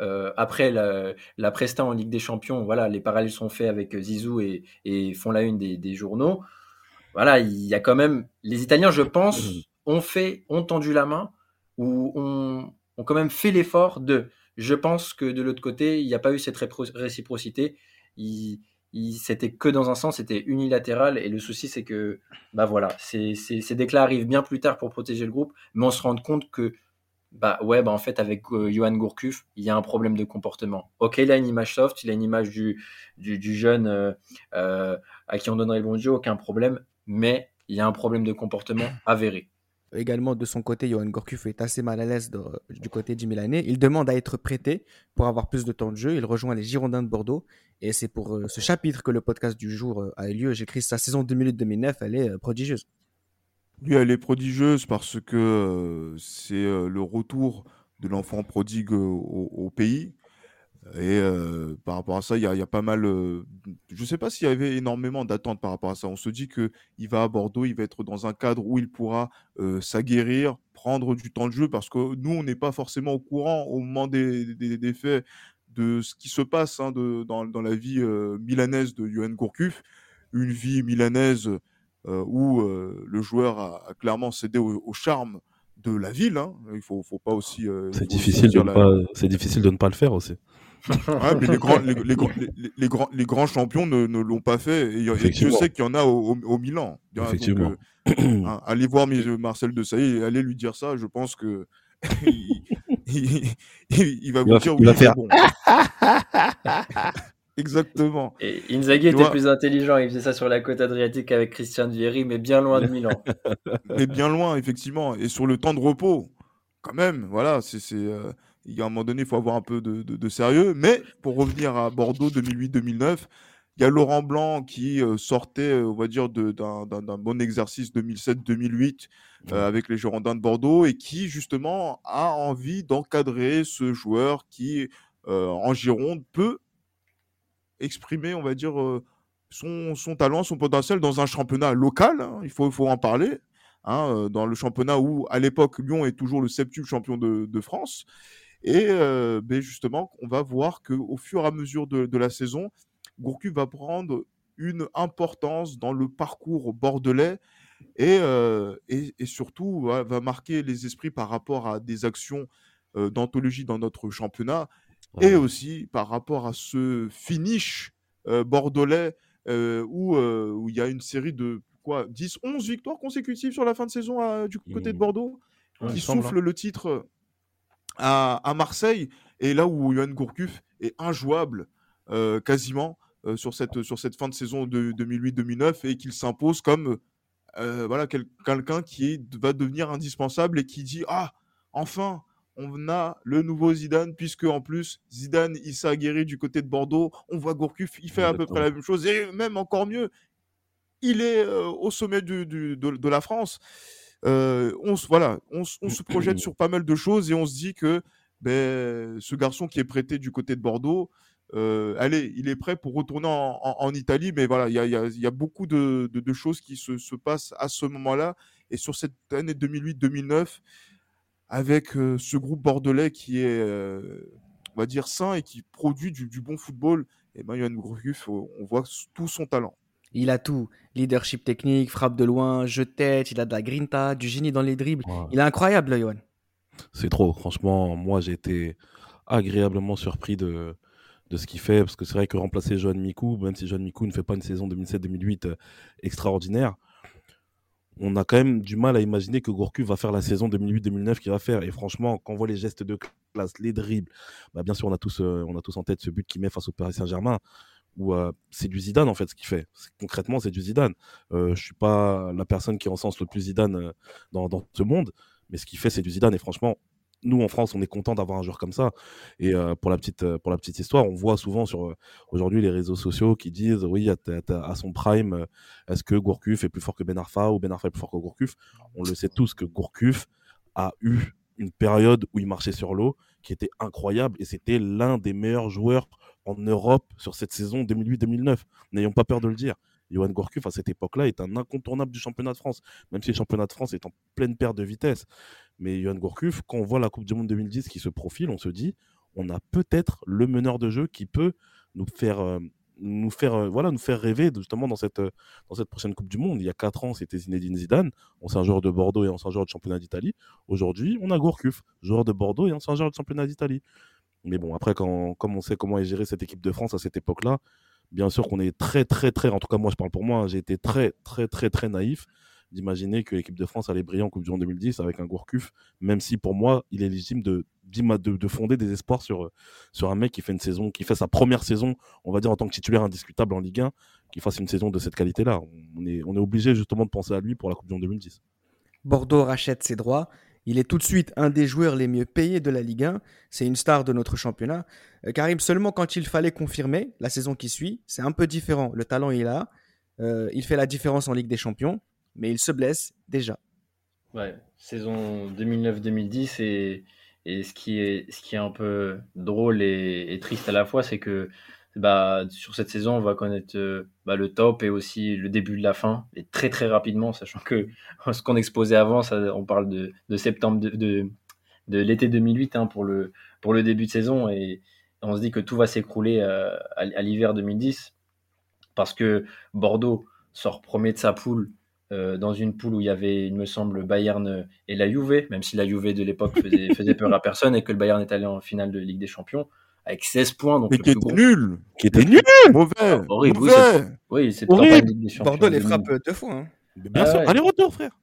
[SPEAKER 6] euh, après la, la presta en Ligue des Champions, voilà, les parallèles sont faits avec Zizou et, et font la une des, des journaux. Voilà, il y a quand même les Italiens, je pense, ont fait, ont tendu la main ou ont, ont quand même fait l'effort de. Je pense que de l'autre côté, il n'y a pas eu cette réciprocité. Il, il, c'était que dans un sens, c'était unilatéral. Et le souci, c'est que, bah voilà, ces, ces, ces déclats arrivent bien plus tard pour protéger le groupe, mais on se rend compte que, bah ouais, bah en fait, avec euh, Yohan Gourcuff, il y a un problème de comportement. Ok, il a une image soft, il a une image du, du, du jeune euh, euh, à qui on donnerait le bon Dieu, aucun problème, mais il y a un problème de comportement avéré.
[SPEAKER 4] Également, de son côté, Yohan Gourcuff est assez mal à l'aise de, du côté du Milanais. Il demande à être prêté pour avoir plus de temps de jeu. Il rejoint les Girondins de Bordeaux. Et c'est pour euh, ce chapitre que le podcast du jour euh, a eu lieu. J'écris sa saison deux mille huit deux mille neuf. Elle est euh, prodigieuse.
[SPEAKER 2] Lui, elle est prodigieuse parce que euh, c'est euh, le retour de l'enfant prodigue au, au pays. Et euh, par rapport à ça, il y a, il y a pas mal. euh, je ne sais pas s'il y avait énormément d'attentes par rapport à ça. On se dit que il va à Bordeaux, il va être dans un cadre où il pourra euh, s'aguerrir, prendre du temps de jeu, parce que nous, on n'est pas forcément au courant au moment des, des- des faits de ce qui se passe hein, de- dans, dans la vie euh, milanaise de Yohan Gourcuff. Une vie milanaise euh, où euh, le joueur a, a clairement cédé au, au charme de la ville. Hein. Il faut, faut pas aussi, euh, il
[SPEAKER 5] C'est
[SPEAKER 2] faut aussi
[SPEAKER 5] difficile, de
[SPEAKER 2] dire
[SPEAKER 5] ne
[SPEAKER 2] la,
[SPEAKER 5] pas, c'est difficile de ne pas le faire aussi.
[SPEAKER 2] Ouais, mais les grands, les, les grands, les, les- les grands, les grands champions ne, ne l'ont pas fait. Et, et Dieu
[SPEAKER 5] Effectivement.
[SPEAKER 2] sait qu'il y en a au, au, au Milan. Hein, donc,
[SPEAKER 5] Effectivement.
[SPEAKER 2] euh, hein, allez voir mes- Marcel Desailly et allez lui dire ça. Je pense que il, il- il- il va
[SPEAKER 5] Il
[SPEAKER 2] vous
[SPEAKER 5] va,
[SPEAKER 2] dire
[SPEAKER 5] il va
[SPEAKER 2] oui,
[SPEAKER 5] faire.
[SPEAKER 2] mais bon. Exactement.
[SPEAKER 6] Et Inzaghi
[SPEAKER 2] Tu
[SPEAKER 6] était
[SPEAKER 2] vois,
[SPEAKER 6] plus intelligent, il faisait ça sur la côte adriatique avec Christian Vieri, mais bien loin de Milan.
[SPEAKER 2] mais bien loin, effectivement. Et sur le temps de repos, quand même, voilà, c'est, c'est, euh, il y a un moment donné, il faut avoir un peu de, de- de sérieux. Mais pour revenir à Bordeaux deux mille huit deux mille neuf, il y a Laurent Blanc qui euh, sortait, euh, on va dire, de- d'un, d'un- d'un bon exercice deux mille sept deux mille huit euh,
[SPEAKER 5] Ouais.
[SPEAKER 2] avec les Girondins de Bordeaux et qui, justement, a envie d'encadrer ce joueur qui, euh, en Gironde, peut exprimer, on va dire, euh, son, son talent, son potentiel dans un championnat local. Hein, il faut, il faut en parler. Hein, euh, dans le championnat où, à l'époque, Lyon est toujours le septuple champion de, de France. Et euh, ben justement, on va voir qu'au fur et à mesure de, de la saison, Gourcuff va prendre une importance dans le parcours bordelais et, euh, et, et surtout va, va marquer les esprits par rapport à des actions euh, d'anthologie dans notre championnat et
[SPEAKER 5] Ouais.
[SPEAKER 2] aussi par rapport à ce finish euh, bordelais euh, où euh, où il y a une série de quoi, dix onze victoires consécutives sur la fin de saison à- du côté de
[SPEAKER 5] Mm.
[SPEAKER 2] Bordeaux
[SPEAKER 5] Ouais, il
[SPEAKER 2] qui
[SPEAKER 5] me semble.
[SPEAKER 2] souffle le titre à, à Marseille et là où Yohan Gourcuff est injouable euh, quasiment euh, sur, cette, sur cette fin de saison de deux mille huit deux mille neuf et qu'il s'impose comme euh, voilà, quel- quelqu'un qui est- va devenir indispensable et qui dit ah enfin on a le nouveau Zidane puisque en plus Zidane il s'est aguerri du côté de Bordeaux, on voit Gourcuff il fait à peu près
[SPEAKER 5] Exactement.
[SPEAKER 2] la même chose et même encore mieux il est euh, au sommet du, du- de, de la France. Euh, on, se- voilà, on, se- on se projette sur pas mal de choses et on se dit que ben, ce garçon qui est prêté du côté de Bordeaux, euh, allez, il est prêt pour retourner en, en- en Italie. Mais voilà, il y a, il y a- il y a beaucoup de, de- de choses qui se, se passent à ce moment-là. Et sur cette année deux mille huit deux mille neuf, avec euh, ce groupe bordelais qui est, euh, on va dire, sain et qui produit du, du bon football, et ben, Yohan Gourcuff, on on voit tout son talent.
[SPEAKER 4] Il a tout. Leadership technique, frappe de loin, jeu de tête, il a de la grinta, du génie dans les dribbles.
[SPEAKER 5] Ouais.
[SPEAKER 4] Il est incroyable, là, Yohan.
[SPEAKER 5] C'est trop. Franchement, moi, j'ai été agréablement surpris de, de ce qu'il fait. Parce que c'est vrai que remplacer Johan Mikou, même si Johan Mikou ne fait pas une saison deux mille sept deux mille huit euh, extraordinaire, on a quand même du mal à imaginer que Gourcuff va faire la saison deux mille huit deux mille neuf qu'il va faire. Et franchement, quand on voit les gestes de classe, les dribbles, bah bien sûr, on a tous, euh, on a tous en tête ce but qu'il met face au Paris Saint-Germain, où euh, c'est du Zidane en fait ce qu'il fait. C'est- Concrètement, c'est du Zidane. Euh, je suis pas la personne qui encense le plus Zidane euh, dans, dans ce monde, mais ce qu'il fait, c'est du Zidane. Et franchement, nous en France, on est content d'avoir un joueur comme ça. Et euh, pour la petite, euh, pour la petite histoire, on voit souvent sur euh, aujourd'hui les réseaux sociaux qui disent oui, à, ta- ta- à son prime, euh, est-ce que Gourcuff est plus fort que Ben Arfa ou Ben Arfa est plus fort que Gourcuff? On le sait tous que Gourcuff a eu une période où il marchait sur l'eau qui était incroyable et c'était l'un des meilleurs joueurs en Europe sur cette saison deux mille huit deux mille neuf. N'ayons pas peur de le dire. Yohan Gourcuff, à cette époque-là, est un incontournable du championnat de France, même si le championnat de France est en pleine perte de vitesse. Mais Yohan Gourcuff, quand on voit la Coupe du Monde deux mille dix qui se profile, on se dit on a peut-être le meneur de jeu qui peut nous faire, euh, nous faire, euh, voilà, nous faire rêver de- justement dans cette, euh, dans cette prochaine Coupe du Monde. Il y a quatre ans, c'était Zinedine Zidane, ancien joueur de Bordeaux et ancien joueur de championnat d'Italie. Aujourd'hui, on a Gourcuff, joueur de Bordeaux et ancien joueur de championnat d'Italie. Mais bon, après, quand, comme on sait comment est gérée cette équipe de France à cette époque-là, bien sûr qu'on est très, très, très, en tout cas moi je parle pour moi, hein, j'ai été très, très, très, très naïf d'imaginer que l'équipe de France allait briller en Coupe du Monde deux mille dix avec un Gourcuff, même si pour moi, il est légitime de, d'ima- de, de fonder des espoirs sur, euh, sur un mec qui fait une saison, qui fait sa première saison, on va dire en tant que titulaire indiscutable en Ligue un, qui fasse une saison de cette qualité-là. On est, on est obligé justement de penser à lui pour la Coupe du Monde deux mille dix.
[SPEAKER 4] Bordeaux rachète ses droits. Il est tout de suite un des joueurs les mieux payés de la Ligue un. C'est une star de notre championnat. Euh, Karim, seulement quand il fallait confirmer la saison qui suit, c'est un peu différent. Le talent, il est là. Euh, il fait la différence en Ligue des Champions, mais il se blesse déjà.
[SPEAKER 6] Ouais, saison deux mille neuf deux mille dix et, et ce qui est, ce qui est un peu drôle et, et triste à la fois, c'est que bah, sur cette saison, on va connaître euh, bah, le top et aussi le début de la fin, et très très rapidement, sachant que ce qu'on exposait avant, ça, on parle de, de septembre de, de, de l'été deux mille huit hein, pour, le, pour le début de saison, et on se dit que tout va s'écrouler euh, à, à l'hiver deux mille dix, parce que Bordeaux sort premier de sa poule, euh, dans une poule où il y avait, il me semble, Bayern et la Juve, même si la Juve de l'époque faisait, faisait peur à personne et que le Bayern est allé en finale de Ligue des Champions, avec seize points, donc
[SPEAKER 2] Mais
[SPEAKER 6] le
[SPEAKER 2] qui
[SPEAKER 6] plus
[SPEAKER 2] était
[SPEAKER 6] gros.
[SPEAKER 2] nul,
[SPEAKER 5] Qui était nul.
[SPEAKER 2] mauvais,
[SPEAKER 6] Ah, horrible, oui,
[SPEAKER 2] mauvais.
[SPEAKER 6] cette, oui, cette
[SPEAKER 5] Horrible.
[SPEAKER 6] campagne de Ligue des Champions.
[SPEAKER 4] Bordeaux les
[SPEAKER 6] deux mille.
[SPEAKER 4] frappe deux fois. hein.
[SPEAKER 5] Mais bien
[SPEAKER 6] Ah
[SPEAKER 5] sûr,
[SPEAKER 6] ouais.
[SPEAKER 5] allez-retour, frère.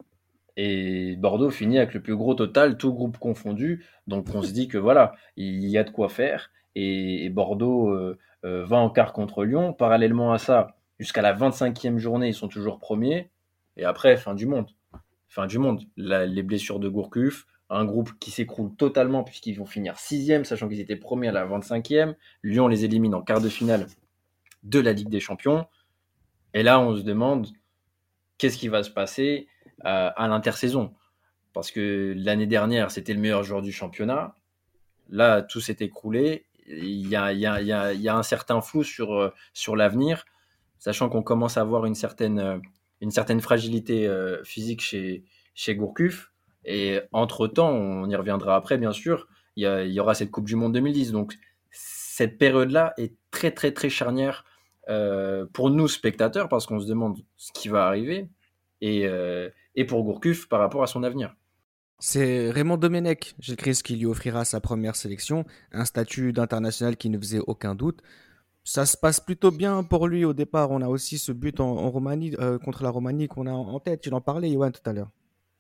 [SPEAKER 6] Et Bordeaux finit avec le plus gros total, tout groupe confondu. Donc on se dit que voilà, il y a de quoi faire. Et, et Bordeaux euh, euh, va en quart contre Lyon. Parallèlement à ça, jusqu'à la vingt-cinquième journée, ils sont toujours premiers. Et après, fin du monde. Fin du monde. La- les blessures de Gourcuff, un groupe qui s'écroule totalement puisqu'ils vont finir sixième, sachant qu'ils étaient premiers à la vingt-cinquième. Lyon les élimine en quart de finale de la Ligue des Champions. Et là, on se demande qu'est-ce qui va se passer à, à l'intersaison. Parce que l'année dernière, c'était le meilleur joueur du championnat. Là, tout s'est écroulé. Il y a, il y a- il y a- il y a un certain flou sur, euh, sur l'avenir, sachant qu'on commence à avoir une certaine, euh, une certaine fragilité euh, physique chez, chez Gourcuff. Et entre-temps, on y reviendra après, bien sûr, il y, a- il y aura cette Coupe du Monde deux mille dix. Donc, cette période-là est très, très, très charnière euh, pour nous, spectateurs, parce qu'on se demande ce qui va arriver, et, euh, et pour Gourcuff par rapport à son avenir.
[SPEAKER 4] C'est Raymond Domenech, j'écris ce qui lui offrira sa première sélection, un statut d'international qui ne faisait aucun doute. Ça se passe plutôt bien pour lui au départ. On a aussi ce but en, en Roumanie, euh, contre la Roumanie qu'on a en, en tête. Tu en parlais, Yoann, tout à l'heure.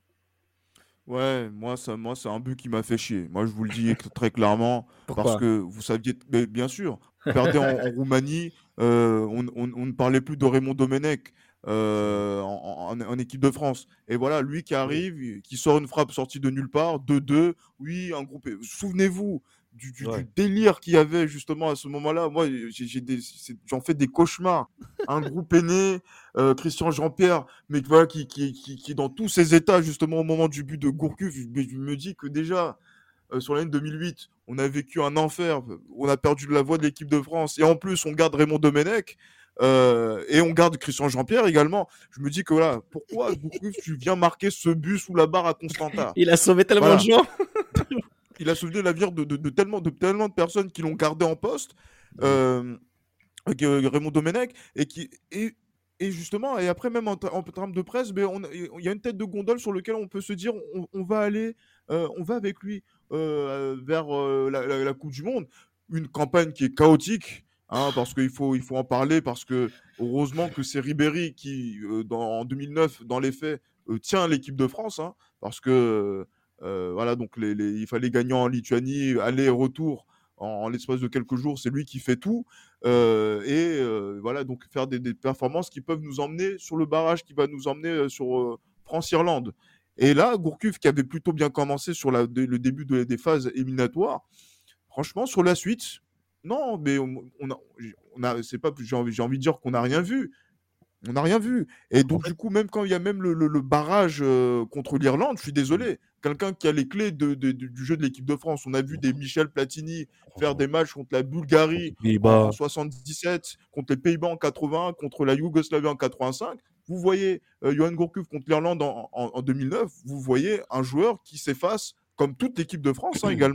[SPEAKER 2] Ouais, moi, ça, moi, c'est un but qui m'a fait chier. Moi, je vous le dis cl- très clairement, parce
[SPEAKER 4] Pourquoi
[SPEAKER 2] que vous saviez, mais bien sûr, vous perdez en, en Roumanie, euh, on, on- on ne parlait plus de Raymond Domenech euh, en, en- en équipe de France. Et voilà, lui qui arrive, qui sort une frappe sortie de nulle part, deux deux, oui, un groupe. Souvenez-vous du, du- du
[SPEAKER 5] Ouais.
[SPEAKER 2] délire qu'il y avait justement à ce moment-là. Moi, j'ai, j'ai des- c'est- j'en fais des cauchemars. Un groupe aîné, euh, Christian Jean-Pierre, mais voilà, qui, qui, qui, qui est dans tous ses états, justement, au moment du but de Gourcuff. Je, me je me dis que déjà, euh, sur l'année deux mille huit, on a vécu un enfer, on a perdu de la voix de l'équipe de France, et en plus, on garde Raymond Domenech, euh, et on garde Christian Jean-Pierre également. Je me dis que voilà, pourquoi Gourcuff, tu viens marquer ce but sous la barre à Constantin?
[SPEAKER 4] Il a sauvé tellement
[SPEAKER 2] Voilà.
[SPEAKER 4] de gens.
[SPEAKER 2] Il a sauvé l'avenir de, de, de tellement, de tellement de personnes qui l'ont gardé en poste, euh, avec, euh, Raymond Domenech, et qui et, et justement, et après même en, ter- en termes de presse, ben, on a- il y a une tête de gondole sur laquelle on peut se dire on, on va aller, euh, on va avec lui euh, vers euh, la, la- la Coupe du Monde. Une campagne qui est chaotique, hein, parce qu'il faut, il faut en parler, parce que heureusement que c'est Ribéry qui, euh, dans, en deux mille neuf, dans les faits, euh, tient l'équipe de France, hein, parce que euh, voilà, donc les, les- il fallait gagner en Lituanie, aller-retour en, en l'espace de quelques jours, c'est lui qui fait tout. Euh, et euh, voilà, donc faire des, des performances qui peuvent nous emmener sur le barrage qui va nous emmener euh, sur euh, France-Irlande. Et là, Gourcuff, qui avait plutôt bien commencé sur la, de- le début de- des phases éliminatoires, franchement, sur la suite, non, mais on, on a, on a- c'est pas, j'ai envie, j'ai envie de dire qu'on n'a rien vu. On n'a rien vu. Et donc, du coup, même quand il y a même le, le- le barrage euh, contre l'Irlande, je suis désolé. Quelqu'un qui a les clés de- de- de- du jeu de l'équipe de France, on a vu des Michel Platini faire des matchs contre la Bulgarie en,
[SPEAKER 5] Pays-Bas.
[SPEAKER 2] en soixante-dix-sept, contre les Pays-Bas en quatre-vingt-un, contre la Yougoslavie en quatre-vingt-cinq. Vous voyez euh, Johan Gourcuff contre l'Irlande en, en- en deux mille neuf, vous voyez un joueur qui s'efface, comme toute l'équipe de France hein, également,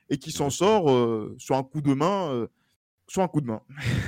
[SPEAKER 2] et qui s'en sort euh, sur un coup de main. euh, sur un coup de main.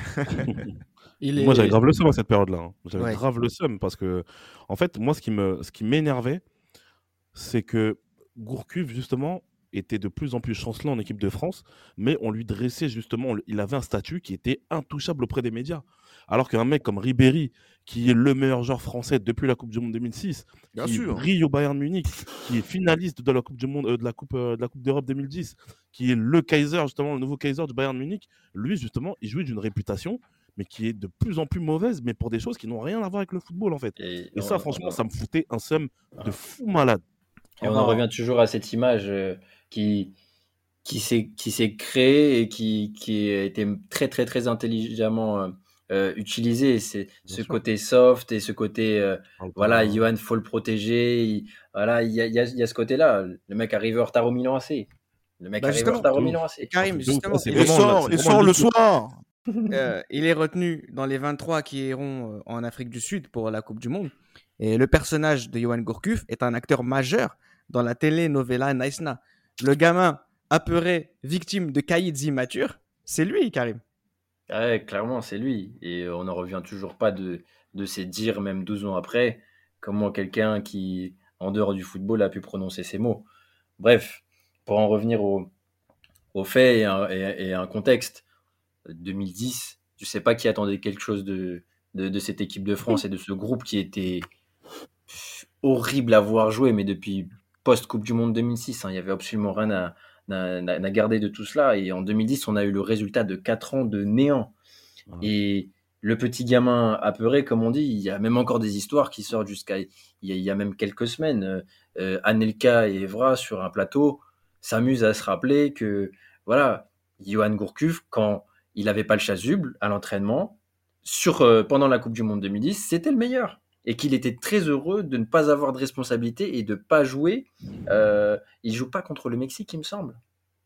[SPEAKER 4] Il
[SPEAKER 5] Moi, j'avais
[SPEAKER 4] est.
[SPEAKER 5] grave le seum à cette période-là. hein. J'avais
[SPEAKER 4] Ouais.
[SPEAKER 5] grave le seum parce que, en fait, moi, ce qui me, ce qui m'énervait, c'est que Gourcuff, justement, était de plus en plus chancelant en équipe de France, mais on lui dressait justement, on- il avait un statut qui était intouchable auprès des médias. Alors qu'un mec comme Ribéry, qui est le meilleur joueur français depuis la Coupe du Monde deux mille six,
[SPEAKER 2] Bien
[SPEAKER 5] qui
[SPEAKER 2] sûr.
[SPEAKER 5] brille au Bayern Munich, qui est finaliste de la Coupe du Monde, euh, de la Coupe, euh, de la Coupe d'Europe deux mille dix, qui est le Kaiser, justement, le nouveau Kaiser du Bayern Munich, lui, justement, il jouait d'une réputation, mais qui est de plus en plus mauvaise, mais pour des choses qui n'ont rien à voir avec le football, en fait.
[SPEAKER 6] Et
[SPEAKER 5] Et
[SPEAKER 6] on,
[SPEAKER 5] ça,
[SPEAKER 6] on-
[SPEAKER 5] franchement,
[SPEAKER 6] on-
[SPEAKER 5] ça me foutait un seum de fou malade.
[SPEAKER 6] et
[SPEAKER 2] On
[SPEAKER 6] on
[SPEAKER 2] a-
[SPEAKER 6] en revient toujours à cette image euh, qui, qui s'est qui s'est créée et qui, qui a été très très très intelligemment euh, euh, utilisée. C'est
[SPEAKER 5] Bien
[SPEAKER 6] ce
[SPEAKER 5] sûr.
[SPEAKER 6] côté soft et ce côté euh,
[SPEAKER 5] Parle
[SPEAKER 6] voilà,
[SPEAKER 5] pas-
[SPEAKER 6] Johan, faut le protéger. il- voilà, il y a, il y a- il y a ce côté-là. Le mec arrive en retard au Milan A C. Le mec
[SPEAKER 4] Bah,
[SPEAKER 6] arrive en
[SPEAKER 4] justement,
[SPEAKER 6] retard au
[SPEAKER 5] de
[SPEAKER 6] Milan
[SPEAKER 5] ouf.
[SPEAKER 6] A C.
[SPEAKER 4] Karim,
[SPEAKER 5] truc de ouf.
[SPEAKER 4] justement,
[SPEAKER 5] C'est
[SPEAKER 4] il
[SPEAKER 2] Et
[SPEAKER 4] est,
[SPEAKER 5] vraiment la-
[SPEAKER 2] sort,
[SPEAKER 5] c'est
[SPEAKER 2] et
[SPEAKER 5] vraiment
[SPEAKER 2] sort
[SPEAKER 5] le
[SPEAKER 2] le
[SPEAKER 5] truc.
[SPEAKER 2] soir.
[SPEAKER 4] euh, il est retenu dans les vingt-trois qui iront euh, en Afrique du Sud pour la Coupe du Monde. Et le personnage de Johan Gourcuff est un acteur majeur dans la telenovela Naïsna. Le gamin apeuré, victime de caïds immatures, c'est lui, Karim.
[SPEAKER 6] Ouais, clairement, c'est lui. Et euh, on n'en revient toujours pas de, de ces dires, même douze ans après, comment quelqu'un qui, en dehors du football, a pu prononcer ces mots. Bref, pour en revenir au- aux faits et à, et- et à un contexte, deux mille dix, je ne sais pas qui attendait quelque chose de, de, de cette équipe de France et de ce groupe qui était horrible à voir jouer, mais depuis post-Coupe du Monde deux mille six, hein, il n'y avait absolument rien à, à- à garder de tout cela. Et en deux mille dix, on a eu le résultat de quatre ans de néant.
[SPEAKER 5] Ouais.
[SPEAKER 6] Et le petit gamin apeuré, comme on dit, il y a même encore des histoires qui sortent jusqu'à il y a, il y a même quelques semaines. Euh, euh, Anelka et Evra sur un plateau s'amusent à se rappeler que voilà, Johan Gourcuff, quand il n'avait pas le chasuble à l'entraînement, sur euh, pendant la Coupe du Monde deux mille dix, c'était le meilleur. Et qu'il était très heureux de ne pas avoir de responsabilité et de ne pas jouer. Euh, il joue pas contre le Mexique, il me semble.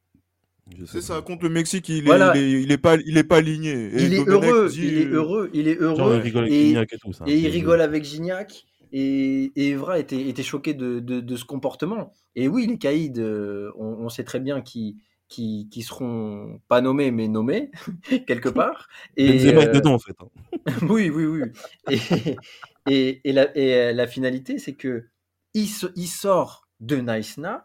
[SPEAKER 5] Je sais
[SPEAKER 2] C'est ça,
[SPEAKER 5] pas.
[SPEAKER 2] contre le Mexique, il est,
[SPEAKER 6] Voilà.
[SPEAKER 2] il est, il est pas, il est pas aligné. Et
[SPEAKER 6] Il est
[SPEAKER 2] Domenech
[SPEAKER 6] heureux,
[SPEAKER 2] dit,
[SPEAKER 6] il est
[SPEAKER 2] euh,
[SPEAKER 6] heureux, il est
[SPEAKER 5] Genre, il
[SPEAKER 6] heureux.
[SPEAKER 5] rigole avec
[SPEAKER 6] Et,
[SPEAKER 5] Gignac et tout ça.
[SPEAKER 6] et il
[SPEAKER 5] C'est-
[SPEAKER 6] rigole avec Gignac. Et, et Evra était, était choqué de, de, de ce comportement. Et oui, les caïds, euh, on, on sait très bien qui qui, qui seront pas nommés, mais nommés, quelque part. Et,
[SPEAKER 5] Benzema est
[SPEAKER 6] euh,
[SPEAKER 5] dedans, en fait. hein.
[SPEAKER 6] oui, oui, oui. Et, et, et la, et euh, la finalité, c'est que il, se- il sort de Naïsna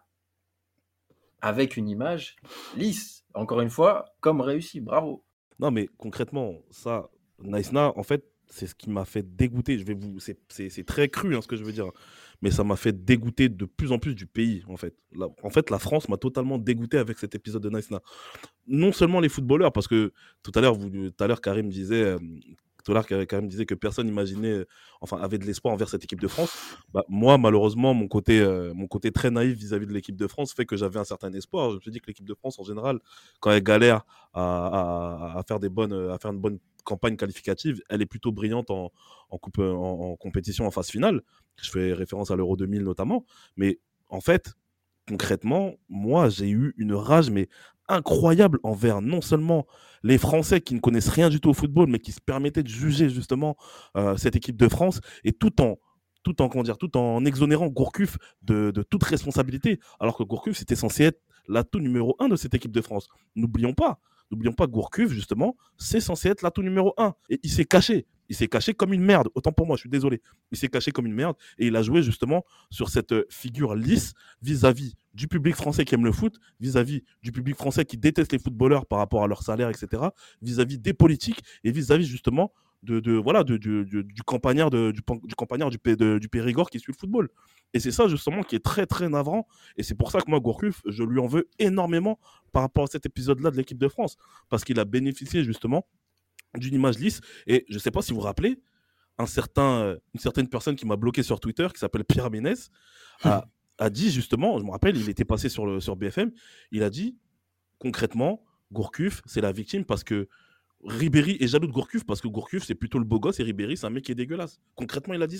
[SPEAKER 6] avec une image lisse. Encore une fois, comme réussi. Bravo.
[SPEAKER 5] Non, mais concrètement, ça, Naïsna, en fait, c'est ce qui m'a fait dégoûter. Je vais vous, c'est, c'est, c'est très cru, hein, ce que je veux dire, mais ça m'a fait dégoûter de plus en plus du pays, en fait. La- en fait, la France m'a totalement dégoûté avec cet épisode de Naïsna. Non seulement les footballeurs, parce que tout à l'heure, vous, tout à l'heure, Karim disait, euh, tout à l'heure, Karim disait que personne n'imaginait, euh, enfin, avait de l'espoir envers cette équipe de France. Bah, moi, malheureusement, mon côté, euh, mon côté très naïf vis-à-vis de l'équipe de France fait que j'avais un certain espoir. Je me suis dit que l'équipe de France, en général, quand elle galère à, à- à faire des bonnes, à faire une bonne campagne qualificative, elle est plutôt brillante en, en, coupe, en, en compétition en phase finale. Je fais référence à l'Euro deux mille notamment. Mais en fait, concrètement, moi, j'ai eu une rage, mais incroyable envers non seulement les Français qui ne connaissent rien du tout au football, mais qui se permettaient de juger justement euh, cette équipe de France, et tout en, tout en, comment dire, tout en exonérant Gourcuff de, de toute responsabilité, alors que Gourcuff, c'était censé être l'atout numéro un de cette équipe de France. N'oublions pas, n'oublions pas Gourcuff, justement, c'est censé être l'atout numéro un. Et il s'est caché. Il s'est caché comme une merde. Autant pour moi, je suis désolé. Il s'est caché comme une merde. Et il a joué justement sur cette euh, figure lisse vis-à-vis du public français qui aime le foot, vis-à-vis du public français qui déteste les footballeurs par rapport à leur salaire, et cetera, vis-à-vis des politiques et vis-à-vis justement de, de, voilà, de, de- de- du campagnard, de- du, pan- du, campagnard du, Pé- de- du Périgord qui suit le football. Et c'est ça justement qui est très très navrant. Et c'est pour ça que moi, Gourcuff, je lui en veux énormément par rapport à cet épisode-là de l'équipe de France. Parce qu'il a bénéficié justement d'une image lisse. Et je ne sais pas si vous vous rappelez, un certain, euh, une certaine personne qui m'a bloqué sur Twitter, qui s'appelle Pierre Ménès, a, a dit justement, je me rappelle, il était passé sur, le, sur B F M, il a dit concrètement, Gourcuff, c'est la victime parce que Ribéry est jaloux de Gourcuff parce que Gourcuff, c'est plutôt le beau gosse et Ribéry, c'est un mec qui est dégueulasse. Concrètement, il a dit ça.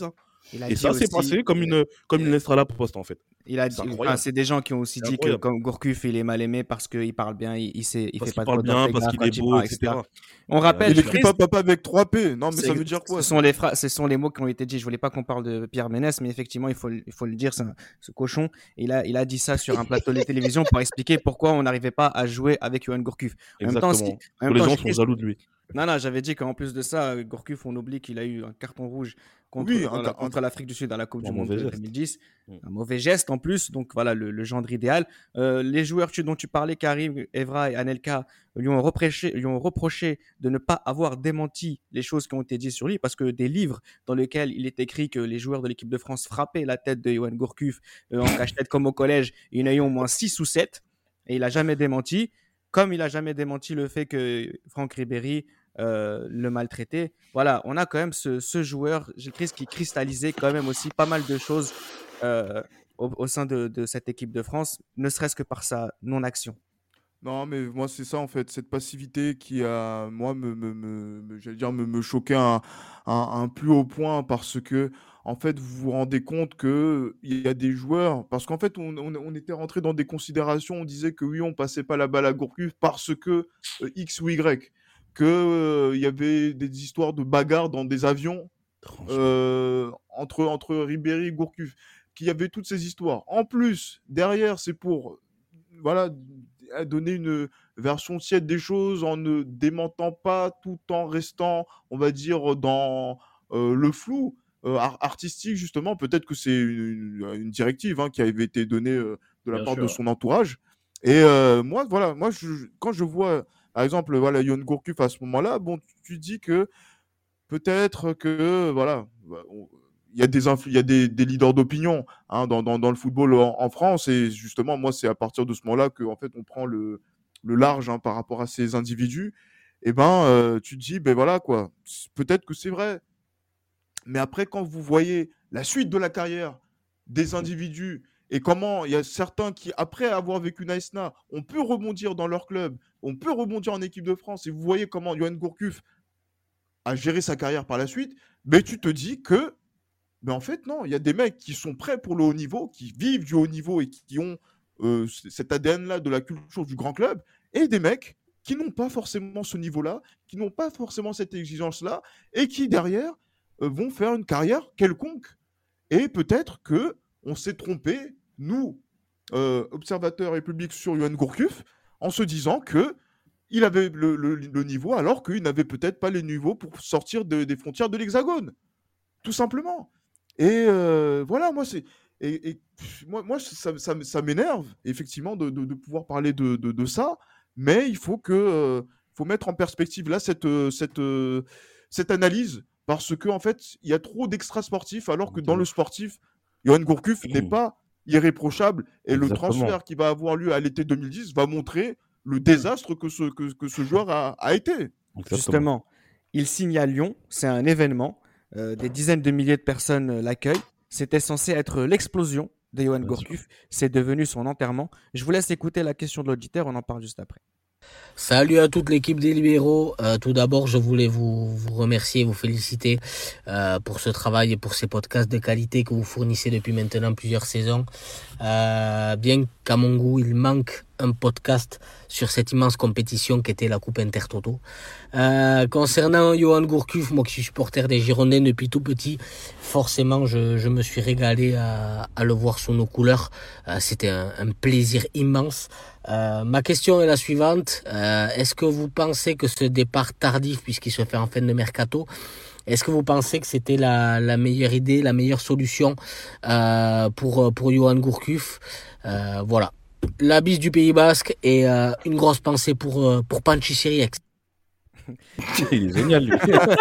[SPEAKER 4] Il a
[SPEAKER 5] Et
[SPEAKER 4] dit
[SPEAKER 5] ça, c'est
[SPEAKER 4] aussi,
[SPEAKER 5] passé comme une, comme une lettre à la poste, en fait.
[SPEAKER 4] il a
[SPEAKER 5] C'est
[SPEAKER 4] dit,
[SPEAKER 5] incroyable.
[SPEAKER 4] enfin, c'est des gens qui ont aussi
[SPEAKER 5] C'est
[SPEAKER 4] dit que
[SPEAKER 5] incroyable.
[SPEAKER 4] comme Gourcuff, il est mal aimé parce qu'il parle bien, il, il, sait, il
[SPEAKER 5] Parce
[SPEAKER 4] fait pas
[SPEAKER 5] qu'il parle
[SPEAKER 4] trop
[SPEAKER 5] bien, parce
[SPEAKER 4] d'orthographe
[SPEAKER 5] qu'il
[SPEAKER 4] quand
[SPEAKER 5] est
[SPEAKER 4] il
[SPEAKER 5] beau,
[SPEAKER 4] parle,
[SPEAKER 5] et
[SPEAKER 4] et cetera.
[SPEAKER 5] cetera.
[SPEAKER 4] On
[SPEAKER 5] Euh,
[SPEAKER 4] rappelle,
[SPEAKER 2] Il écrit
[SPEAKER 4] Chris,
[SPEAKER 2] pas papa avec trois P. Non, mais
[SPEAKER 4] c'est-
[SPEAKER 2] ça veut dire quoi
[SPEAKER 4] ce
[SPEAKER 2] ça
[SPEAKER 4] sont les phrases, ce sont les mots qui ont été dits. Je voulais pas qu'on parle de Pierre Ménès, mais effectivement, il faut, le- il faut le dire, c'est un- ce cochon, il a, il a dit ça sur un plateau de télévision pour expliquer pourquoi on n'arrivait pas à jouer avec Johan Gourcuff. En même temps, si,
[SPEAKER 5] Exactement.
[SPEAKER 4] en
[SPEAKER 5] Que
[SPEAKER 4] même
[SPEAKER 5] les
[SPEAKER 4] temps,
[SPEAKER 5] gens
[SPEAKER 4] je
[SPEAKER 5] sont
[SPEAKER 4] dis-
[SPEAKER 5] jaloux de lui.
[SPEAKER 4] non, non, j'avais dit qu'en plus de ça, Gourcuff, on oublie qu'il a eu un carton rouge contre,
[SPEAKER 2] Oui, un
[SPEAKER 4] dans la-
[SPEAKER 2] ca- un-
[SPEAKER 4] contre l'Afrique du Sud à la Coupe
[SPEAKER 5] Un
[SPEAKER 4] du Monde
[SPEAKER 5] mauvais
[SPEAKER 4] de
[SPEAKER 5] geste.
[SPEAKER 4] deux mille dix.
[SPEAKER 5] Mm.
[SPEAKER 4] Un mauvais geste en plus, donc voilà le, le gendre idéal. Euh, les joueurs tu- dont tu parlais, Karim, Evra et Anelka, lui ont, reproché, lui ont reproché de ne pas avoir démenti les choses qui ont été dites sur lui, parce que des livres dans lesquels il est écrit que les joueurs de l'équipe de France frappaient la tête de Johan Gourcuff euh, en cache-tête comme au collège, il y en a eu au moins six ou sept, et il n'a jamais démenti, comme il n'a jamais démenti le fait que Franck Ribéry euh, le maltraitait. Voilà, on a quand même ce, ce joueur, Gilles Christ, qui cristallisait quand même aussi pas mal de choses euh, au, au sein de, de cette équipe de France, ne serait-ce que par sa non-action.
[SPEAKER 2] Non, mais moi, c'est ça, en fait, cette passivité qui a, moi, me, me, me, me- j'allais dire, me, me choquait à un, un- un plus haut point parce que, en fait, vous vous rendez compte que il y a des joueurs, parce qu'en fait, on, on, on était rentré dans des considérations, on disait que oui, on passait pas la balle à Gourcuff parce que euh, X ou Y, que euh, il y avait des histoires de bagarres dans des avions
[SPEAKER 5] Franchement.
[SPEAKER 2] euh, entre, entre Ribéry et Gourcuff, qu'il y avait toutes ces histoires. En plus, derrière, c'est pour voilà, à donner une version tiède des choses en ne démentant pas tout en restant, on va dire, dans euh, le flou euh, ar- artistique, justement. Peut-être que c'est une, une- une directive hein, qui avait été donnée euh, de la
[SPEAKER 6] Bien
[SPEAKER 2] part de
[SPEAKER 6] sûr.
[SPEAKER 2] son entourage. Et euh, moi, voilà, moi, je- quand je vois, par exemple, voilà, Yohan Gourcuff à ce moment-là, bon, tu, tu dis que peut-être que, voilà, on- il y a des, influ- il y a des, des leaders d'opinion hein, dans, dans, dans le football en, en France. Et justement, moi, c'est à partir de ce moment-là que, en fait, on prend le, le large hein, par rapport à ces individus. Et ben, euh, tu te dis, ben voilà, quoi, c- peut-être que c'est vrai. Mais après, quand vous voyez la suite de la carrière des individus et comment il y a certains qui, après avoir vécu Naïsna, on peut rebondir dans leur club, on peut rebondir en équipe de France, et vous voyez comment Yohan Gourcuff a géré sa carrière par la suite, mais tu te dis que, mais en fait, non, il y a des mecs qui sont prêts pour le haut niveau, qui vivent du haut niveau et qui ont euh, c- cet A D N-là de la culture du grand club, et des mecs qui n'ont pas forcément ce niveau-là, qui n'ont pas forcément cette exigence-là, et qui, derrière, euh, vont faire une carrière quelconque. Et peut-être que on s'est trompé, nous, euh, observateurs et publics, sur Yohan Gourcuff, en se disant que il avait le, le- le niveau, alors qu'il n'avait peut-être pas les niveaux pour sortir de- des frontières de l'Hexagone. Tout simplement. Et euh, voilà, moi, c'est. Et, et, pff, moi, moi, ça, ça, ça m'énerve, effectivement, de, de, de pouvoir parler de, de, de ça, mais il faut que. euh, faut mettre en perspective, là, cette, euh, cette, euh, cette analyse, parce qu'en en fait, il y a trop d'extra-sportifs, alors que
[SPEAKER 5] De
[SPEAKER 2] dans le
[SPEAKER 5] ouf.
[SPEAKER 2] sportif, Yohan Gourcuff n'est pas irréprochable, et le
[SPEAKER 5] Exactement.
[SPEAKER 2] transfert qui va avoir lieu à l'été deux mille dix va montrer le désastre que ce, que, que ce joueur a, a été.
[SPEAKER 5] Exactement.
[SPEAKER 4] Justement, il signe à Lyon, c'est un événement, euh, des dizaines de milliers de personnes euh, l'accueillent. C'était censé être l'explosion de Johan
[SPEAKER 5] Bien
[SPEAKER 4] Gourcuff, c'est devenu son enterrement. Je vous laisse écouter la question de l'auditeur, on en parle juste après.
[SPEAKER 7] Salut à toute l'équipe des Libéraux. Euh, tout d'abord, je voulais vous, vous remercier, vous féliciter euh, pour ce travail et pour ces podcasts de qualité que vous fournissez depuis maintenant plusieurs saisons. Euh, bien qu'à mon goût, il manque un podcast sur cette immense compétition qu'était la Coupe Intertoto. Euh, concernant Johan Gourcuff, moi qui suis supporter des Girondins depuis tout petit, forcément je, je me suis régalé à, à le voir sous nos couleurs. Euh, c'était un, un plaisir immense. Euh, ma question est la suivante. Euh, est-ce que vous pensez que ce départ tardif, puisqu'il se fait en fin de mercato, est-ce que vous pensez que c'était la, la meilleure idée, la meilleure solution euh, pour, pour Johan Gourcuff? euh, Voilà. La bise du Pays Basque et euh, une grosse pensée pour, euh, pour Panchi Siriex.
[SPEAKER 5] Il est génial, lui.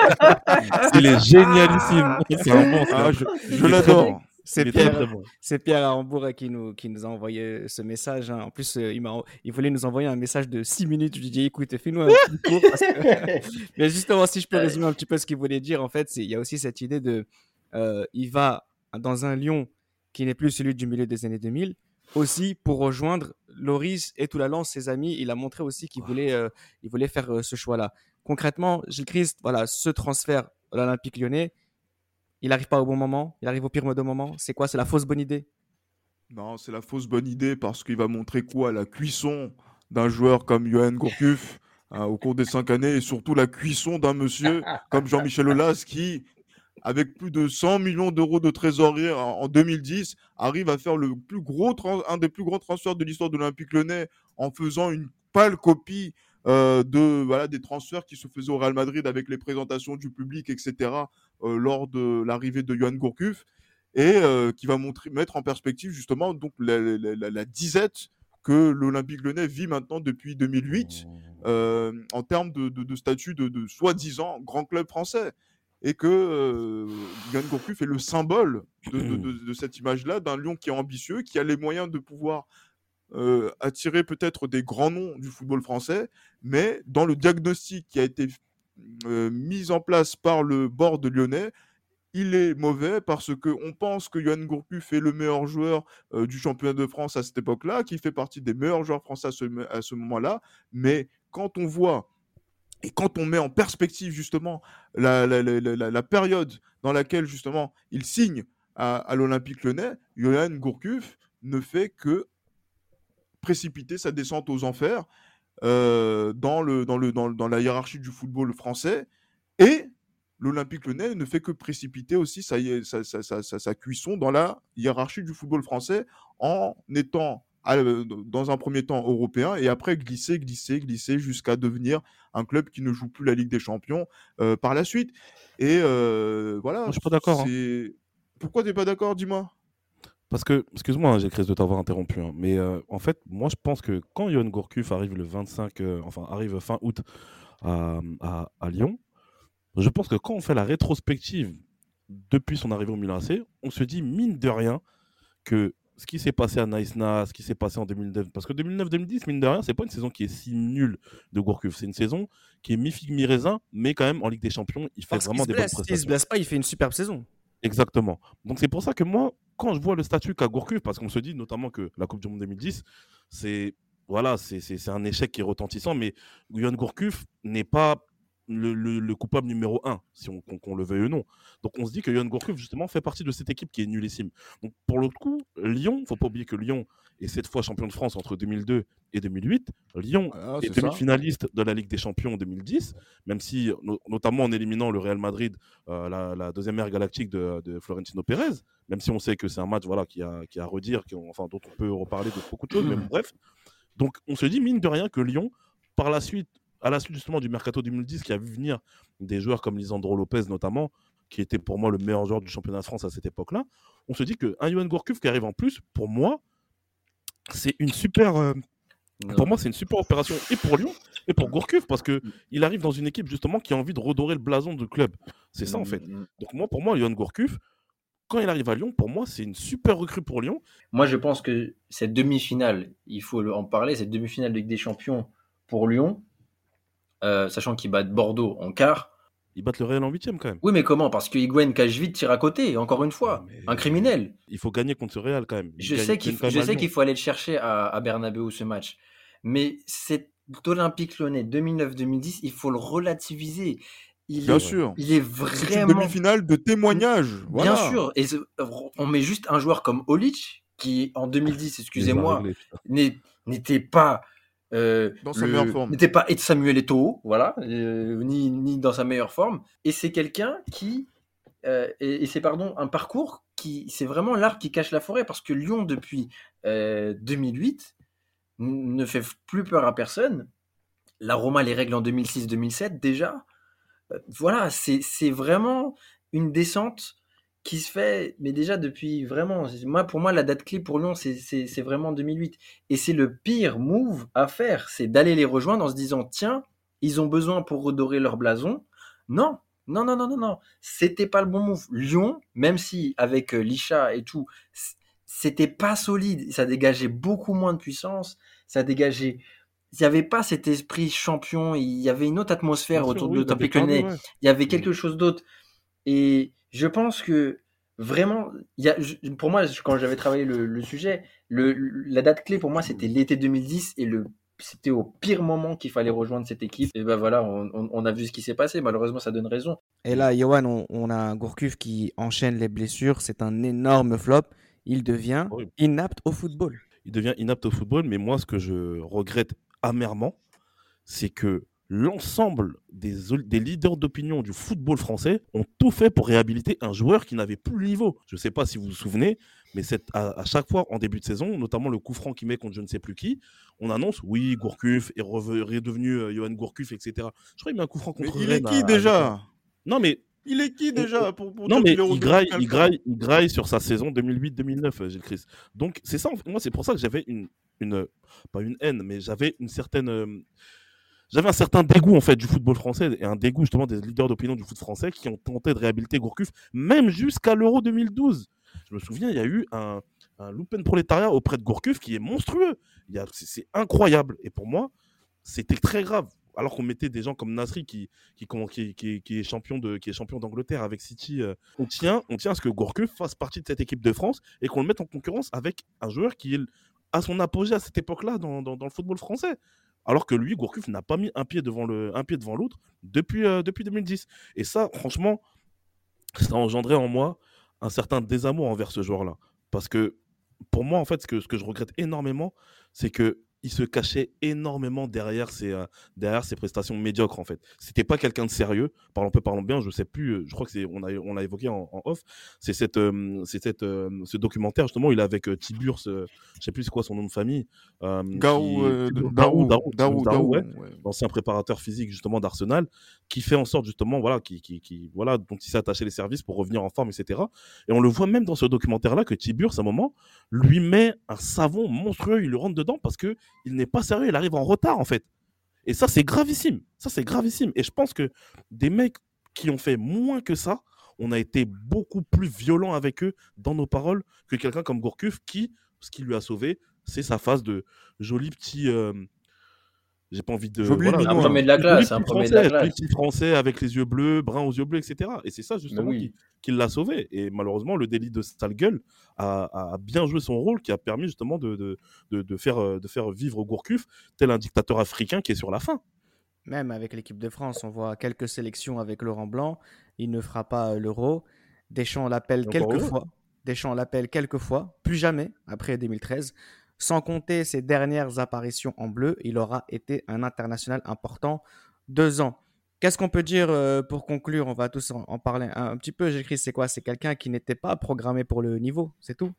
[SPEAKER 5] Il est génialissime. C'est un bon, c'est
[SPEAKER 2] Ah,
[SPEAKER 5] un-
[SPEAKER 2] je
[SPEAKER 5] il
[SPEAKER 2] je
[SPEAKER 5] est très
[SPEAKER 2] l'adore.
[SPEAKER 5] bon.
[SPEAKER 4] C'est
[SPEAKER 5] Il est très,
[SPEAKER 4] Pierre,
[SPEAKER 5] très bon.
[SPEAKER 4] c'est Pierre à Hambourg qui nous, qui nous a envoyé ce message. hein. En plus, euh, il, m'a, il voulait nous envoyer un message de six minutes. Je lui ai dit, écoute, fais-nous un petit cours. Parce que... Mais justement, si je peux résumer un petit peu ce qu'il voulait dire, en fait, c'est, il y a aussi cette idée de... euh, il va dans un Lyon qui n'est plus celui du milieu des années deux mille, aussi pour rejoindre Loris et Toulalan, ses amis. Il a montré aussi qu'il voulait, euh, il voulait faire euh, ce choix-là. Concrètement, Gilles Christ, voilà, ce transfert à l'Olympique Lyonnais, Il n'arrive pas au bon moment, il arrive au pire de moment. C'est quoi? C'est la fausse bonne idée?
[SPEAKER 2] Non, c'est la fausse bonne idée parce qu'il va montrer quoi? La cuisson d'un joueur comme Yoann Gourcuff hein, au cours des cinq années et surtout la cuisson d'un monsieur comme Jean-Michel Aulas qui, avec plus de cent millions d'euros de trésorerie en, en deux mille dix, arrive à faire le plus gros trans- un des plus grands transferts de l'histoire de l'Olympique Lyonnais en faisant une pâle copie euh, de, voilà, des transferts qui se faisaient au Real Madrid avec les présentations du public, et cetera, euh, lors de l'arrivée de Yoann Gourcuff et euh, qui va montrer, mettre en perspective justement donc, la, la, la, la disette que l'Olympique Lyonnais vit maintenant depuis deux mille huit euh, en termes de, de, de statut de, de soi-disant grand club français. Et que euh, Yoann Gourcuff est le symbole de, de, de, de cette image-là d'un Lyon qui est ambitieux, qui a les moyens de pouvoir euh, attirer peut-être des grands noms du football français, mais dans le diagnostic qui a été euh, mis en place par le board lyonnais, il est mauvais parce qu'on pense que Yoann Gourcuff est le meilleur joueur euh, du championnat de France à cette époque-là, qui fait partie des meilleurs joueurs français à ce, à ce moment-là, mais quand on voit et quand on met en perspective justement la, la, la, la, la période dans laquelle justement il signe à, à l'Olympique Lyonnais, Yoann Gourcuff ne fait que précipiter sa descente aux enfers euh, dans, le, dans, le, dans, dans la hiérarchie du football français. Et l'Olympique Lyonnais ne fait que précipiter aussi sa, sa, sa, sa, sa, sa cuisson dans la hiérarchie du football français en étant dans un premier temps européen et après glisser, glisser, glisser jusqu'à devenir un club qui ne joue plus la Ligue des Champions euh, par la suite. Et euh, voilà.
[SPEAKER 5] Moi, je suis pas d'accord. Hein.
[SPEAKER 2] Pourquoi tu n'es pas d'accord, dis-moi?
[SPEAKER 5] Parce que, excuse-moi, hein, j'ai cru de t'avoir interrompu, hein, mais euh, en fait, moi je pense que quand Yoann Gourcuff arrive le vingt-cinq, euh, enfin arrive fin août à, à, à Lyon, je pense que quand on fait la rétrospective depuis son arrivée au Milan A C, on se dit mine de rien que ce qui s'est passé à Naïsna, ce qui s'est passé en deux mille neuf, parce que deux mille neuf deux mille dix, mine de rien, c'est pas une saison qui est si nulle de Gourcuff. C'est une saison qui est mi-figue, mi-raisin, mais quand même en Ligue des Champions, il fait
[SPEAKER 4] parce
[SPEAKER 5] vraiment des
[SPEAKER 4] blesse,
[SPEAKER 5] bonnes prestations.
[SPEAKER 4] S'il se blesse pas, il fait une superbe saison.
[SPEAKER 5] Exactement. Donc c'est pour ça que moi, quand je vois le statut qu'a Gourcuff, parce qu'on se dit notamment que la Coupe du Monde deux mille dix, c'est voilà, c'est, c'est, c'est un échec qui est retentissant, mais Yoann Gourcuff n'est pas Le, le, le coupable numéro un, si on, qu'on, qu'on le veuille ou non. Donc on se dit que Yoann Gourcuff, justement, fait partie de cette équipe qui est nullissime. Donc pour le coup, Lyon, il ne faut pas oublier que Lyon est sept fois champion de France entre deux mille deux et deux mille huit. Lyon ah, est, est demi-finaliste de la Ligue des Champions en deux mille dix, même si, no, notamment en éliminant le Real Madrid, euh, la, la deuxième ère galactique de, de Florentino Pérez, même si on sait que c'est un match voilà, qui, a, qui a à redire, qui, enfin, dont on peut reparler de beaucoup de choses, mais bon, bref. Donc on se dit, mine de rien, que Lyon, par la suite, à la suite justement du Mercato deux mille dix qui a vu venir des joueurs comme Lisandro Lopez notamment, qui était pour moi le meilleur joueur du championnat de France à cette époque-là, on se dit qu'un Yoann Gourcuff qui arrive en plus, pour moi, c'est une super... Euh, pour moi, c'est une super opération et pour Lyon et pour Gourcuff parce qu'il arrive dans une équipe justement qui a envie de redorer le blason du club. C'est ça en fait. Donc moi, pour moi, Yoann Gourcuff, quand il arrive à Lyon, pour moi, c'est une super recrue pour Lyon.
[SPEAKER 6] Moi, je pense que cette demi-finale, il faut en parler, cette demi-finale de Ligue des Champions pour Lyon, Euh, sachant qu'ils battent Bordeaux en quart.
[SPEAKER 5] Ils battent le Real en huitième quand même.
[SPEAKER 6] Oui, mais comment? Parce que Higuaín cache vite, tire à côté, encore une fois. Ouais, un criminel.
[SPEAKER 5] Il faut gagner contre ce Real quand même. Il
[SPEAKER 6] je sais, qu'il, je sais qu'il faut aller le chercher à, à Bernabéu ce match. Mais cet Olympique Lyonnais deux mille neuf deux mille dix, il faut le relativiser. Il
[SPEAKER 2] Bien
[SPEAKER 6] est,
[SPEAKER 2] sûr.
[SPEAKER 6] Il est vraiment.
[SPEAKER 2] C'est une demi-finale de témoignage. Voilà.
[SPEAKER 6] Bien sûr. Et on met juste un joueur comme Olic, qui en deux mille dix, excusez-moi, réglé, n'était pas. Euh,
[SPEAKER 2] dans sa le, meilleure forme.
[SPEAKER 6] N'était pas Samuel Eto'o, voilà, euh, ni, ni dans sa meilleure forme. Et c'est quelqu'un qui, euh, et, et c'est pardon, un parcours qui, c'est vraiment l'arbre qui cache la forêt, parce que Lyon depuis euh, deux mille huit n- ne fait plus peur à personne. La Roma les règle en deux mille six deux mille sept déjà. Euh, voilà, c'est, c'est vraiment une descente qui se fait, mais déjà depuis vraiment, moi, pour moi, la date clé pour Lyon, c'est, c'est, c'est vraiment deux mille huit. Et c'est le pire move à faire, c'est d'aller les rejoindre en se disant, tiens, ils ont besoin pour redorer leur blason. Non, non, non, non, non, non, c'était pas le bon move. Lyon, même si avec euh, Licha et tout, c'était pas solide, ça dégageait beaucoup moins de puissance, ça dégageait... Il n'y avait pas cet esprit champion, il y avait une autre atmosphère Bien autour sûr, de oui, l'Olympique Lyonnais, ouais. Il y avait quelque chose d'autre. Et je pense que vraiment, il y a, pour moi, quand j'avais travaillé le, le sujet, le, la date clé pour moi, c'était l'été deux mille dix et le c'était au pire moment qu'il fallait rejoindre cette équipe. Et ben voilà, on, on- on a vu ce qui s'est passé. Malheureusement, ça donne raison.
[SPEAKER 4] Et là, Yohan, on, on a un Gourcuff qui enchaîne les blessures. C'est un énorme flop. Il devient
[SPEAKER 5] Horrible.
[SPEAKER 4] inapte au football.
[SPEAKER 5] Il devient inapte au football, mais moi, ce que je regrette amèrement, c'est que l'ensemble des, ol- des leaders d'opinion du football français ont tout fait pour réhabiliter un joueur qui n'avait plus le niveau. Je ne sais pas si vous vous souvenez, mais c'est à, à chaque fois en début de saison, notamment le coup franc qu'il met contre je ne sais plus qui, on annonce oui, Gourcuff est reve- redevenu euh, Johan Gourcuff, et cetera. Je crois qu'il met un coup franc
[SPEAKER 2] Mais
[SPEAKER 5] contre
[SPEAKER 2] il est
[SPEAKER 5] Rennes. à-
[SPEAKER 2] qui
[SPEAKER 5] à
[SPEAKER 2] déjà?
[SPEAKER 5] Non, mais
[SPEAKER 2] Il est qui
[SPEAKER 5] on-
[SPEAKER 2] déjà
[SPEAKER 5] on-
[SPEAKER 2] pour, pour
[SPEAKER 5] non,
[SPEAKER 2] dire
[SPEAKER 5] mais
[SPEAKER 2] qu'il est
[SPEAKER 5] il
[SPEAKER 2] redevenu
[SPEAKER 5] graille, il
[SPEAKER 2] quelqu'un?
[SPEAKER 5] graille, il graille sur sa saison deux mille huit deux mille neuf, euh, Gilles Christ. Donc, c'est ça, en fait. Moi, c'est pour ça que j'avais une, une, pas une haine, mais j'avais une certaine, euh, j'avais un certain dégoût, en fait, du football français et un dégoût, justement, des leaders d'opinion du foot français qui ont tenté de réhabiliter Gourcuff, même jusqu'à l'Euro deux mille douze. Je me souviens, il y a eu un, un Lumpen prolétariat auprès de Gourcuff qui est monstrueux. Il y a- C'est c'est incroyable. Et pour moi, c'était très grave. Alors qu'on mettait des gens comme Nasri qui, qui, comment- qui, qui- qui est champion de, qui est champion d'Angleterre avec City. euh, on, tient, on tient à ce que Gourcuff fasse partie de cette équipe de France et qu'on le mette en concurrence avec un joueur qui est à son apogée à cette époque-là dans, dans- dans le football français. Alors que lui, Gourcuff n'a pas mis un pied devant le, un pied devant l'autre depuis, euh, depuis deux mille dix. Et ça, franchement, ça a engendré en moi un certain désamour envers ce joueur-là. Parce que pour moi, en fait, ce que, ce que je regrette énormément, c'est que il se cachait énormément derrière ses, euh, derrière ses prestations médiocres, en fait. C'était pas quelqu'un de sérieux. Parlons peu, parlons bien, je sais plus, euh, je crois que c'est, on a, on l'a évoqué en, en off. C'est cette, euh, c'est cette, euh, ce documentaire, justement, il est avec euh, Tiburce, euh, je sais plus c'est quoi son nom de famille. euh,
[SPEAKER 2] Garou,
[SPEAKER 5] qui-
[SPEAKER 2] euh,
[SPEAKER 5] Tiburce
[SPEAKER 2] Darou,
[SPEAKER 5] Darou,
[SPEAKER 2] Darou,
[SPEAKER 5] Tiburce Darou,
[SPEAKER 2] Darou,
[SPEAKER 5] ouais,
[SPEAKER 2] ouais.
[SPEAKER 5] l'ancien préparateur physique, justement, d'Arsenal, qui fait en sorte, justement, voilà, qui, qui, qui, voilà, dont il s'est attaché les services pour revenir en forme, et cetera. Et on le voit même dans ce documentaire-là que Tiburce, à un moment, lui met un savon monstrueux, il le rentre dedans parce que il n'est pas sérieux, il arrive en retard en fait. Et ça, c'est gravissime. Ça, c'est gravissime. Et je pense que des mecs qui ont fait moins que ça, on a été beaucoup plus violents avec eux dans nos paroles que quelqu'un comme Gourcuff qui, ce qui lui a sauvé, c'est sa phase de joli petit. euh, j'ai pas envie de.
[SPEAKER 2] Joli
[SPEAKER 5] Voilà,
[SPEAKER 6] C'est un
[SPEAKER 2] minois.
[SPEAKER 6] premier de la
[SPEAKER 5] joli
[SPEAKER 6] classe, un
[SPEAKER 5] petit
[SPEAKER 6] premier de la
[SPEAKER 5] français, joli
[SPEAKER 6] classe.
[SPEAKER 5] petit français avec les yeux bleus, bruns aux yeux bleus, et cetera. Et c'est ça
[SPEAKER 6] Mais
[SPEAKER 5] justement qui,
[SPEAKER 6] oui.
[SPEAKER 5] qui l'a sauvé. Et malheureusement, le délit de sale gueule a, a bien joué son rôle, qui a permis justement de, de, de, de faire, euh, de faire vivre Gourcuff tel un dictateur africain qui est sur la fin.
[SPEAKER 4] Même avec l'équipe de France, on voit quelques sélections avec Laurent Blanc. Il ne fera pas euh, l'Euro. Deschamps l'appelle
[SPEAKER 5] Et encore
[SPEAKER 4] quelques
[SPEAKER 5] heureux.
[SPEAKER 4] fois. Deschamps l'appelle quelques fois, plus jamais après deux mille treize. Sans compter ses dernières apparitions en bleu, il aura été un international important deux ans. Qu'est-ce qu'on peut dire euh, pour conclure? On va tous en, en parler un, un petit peu. J'écris, c'est quoi? C'est quelqu'un qui n'était pas programmé pour le haut niveau, c'est tout.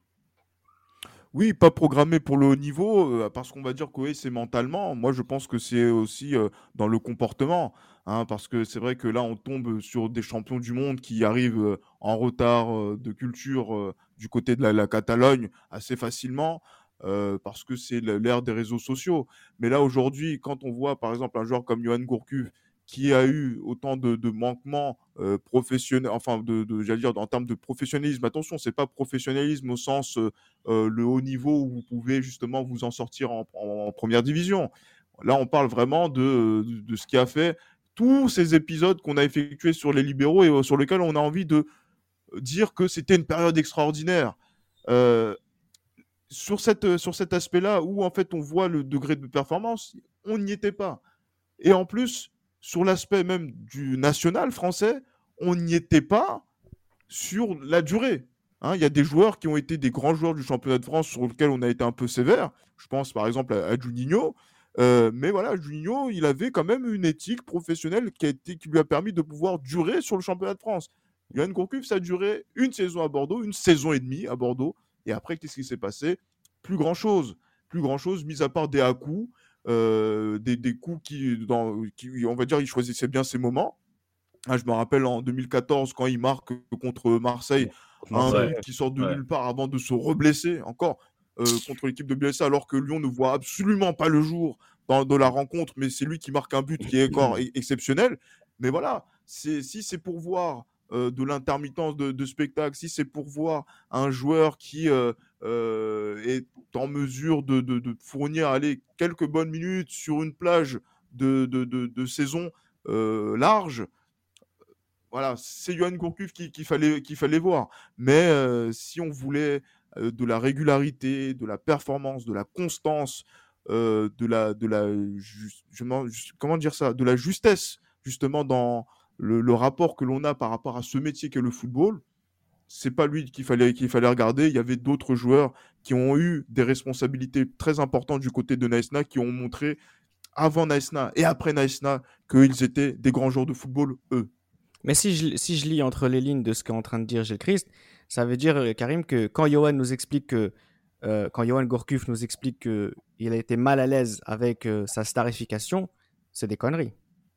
[SPEAKER 2] Oui, pas programmé pour le haut niveau, euh, parce qu'on va dire que oui, c'est mentalement. Moi, je pense que c'est aussi euh, dans le comportement, hein, parce que c'est vrai que là, on tombe sur des champions du monde qui arrivent euh, en retard euh, de culture euh, du côté de la, la Catalogne assez facilement, euh, parce que c'est le- l'ère des réseaux sociaux. Mais là, aujourd'hui, quand on voit, par exemple, un joueur comme Johan Gourcuff, qui a eu autant de, de manquements euh, professionnels, enfin, de, de, j'allais dire, en termes de professionnalisme, attention, c'est pas professionnalisme au sens euh, euh, le haut niveau où vous pouvez justement vous en sortir en, en- en première division. Là, on parle vraiment de, de, de ce qui a fait tous ces épisodes qu'on a effectués sur les libéraux et euh, sur lesquels on a envie de dire que c'était une période extraordinaire. Euh, sur, cette, sur cet aspect-là, où en fait on voit le degré de performance, on n'y était pas. Et en plus, sur l'aspect même du national français, on n'y était pas sur la durée. Hein, il y a des joueurs qui ont été des grands joueurs du championnat de France sur lesquels on a été un peu sévère. Je pense par exemple à, à Juninho. Euh, mais voilà, Juninho, il avait quand même une éthique professionnelle qui, a été, qui lui a permis de pouvoir durer sur le championnat de France. Johan Gourcuff, ça a duré une saison à Bordeaux, une saison et demie à Bordeaux. Et après, qu'est-ce qui s'est passé? Plus grand-chose. Plus grand-chose, mis à part des à-coups, euh, des, des coups qui, dans, qui, on va dire, il choisissait bien ses moments. Ah, je me rappelle en deux mille quatorze, quand il marque contre Marseille, un
[SPEAKER 5] Marseille,
[SPEAKER 2] but qui sort de
[SPEAKER 6] ouais.
[SPEAKER 2] nulle part avant de se reblesser encore euh, contre l'équipe de Bielsa, alors que Lyon ne voit absolument pas le jour dans, dans la rencontre, mais c'est lui qui marque un but qui est encore e- exceptionnel. Mais voilà, c'est, si c'est pour voir euh, de l'intermittence de, de spectacle, si c'est pour voir un joueur qui euh, euh, est en mesure de, de- de fournir allez, quelques bonnes minutes sur une plage de, de, de- de saison euh, large, voilà, c'est Johan Gourcuff qu'il qu'il fallait, qu'il fallait voir. Mais euh, si on voulait euh, de la régularité, de la performance, de la constance, euh, de la, de la, ju- je m'en- ju- comment dire ça, de la justesse justement dans le, le rapport que l'on a par rapport à ce métier qu'est le football. C'est pas lui qu'il fallait, qu'il fallait regarder. Il y avait d'autres joueurs qui ont eu des responsabilités très importantes du côté de Naïsna, qui ont montré avant Naïsna et après Naïsna qu'ils étaient des grands joueurs de football, eux.
[SPEAKER 4] Mais si je, si je lis entre les lignes de ce qu'est en train de dire Gilles Christ, ça veut dire, euh, Karim, que quand Johan nous explique que, euh, quand Johan Gourcuff nous explique qu'il a été mal à l'aise avec euh, sa starification, c'est des conneries.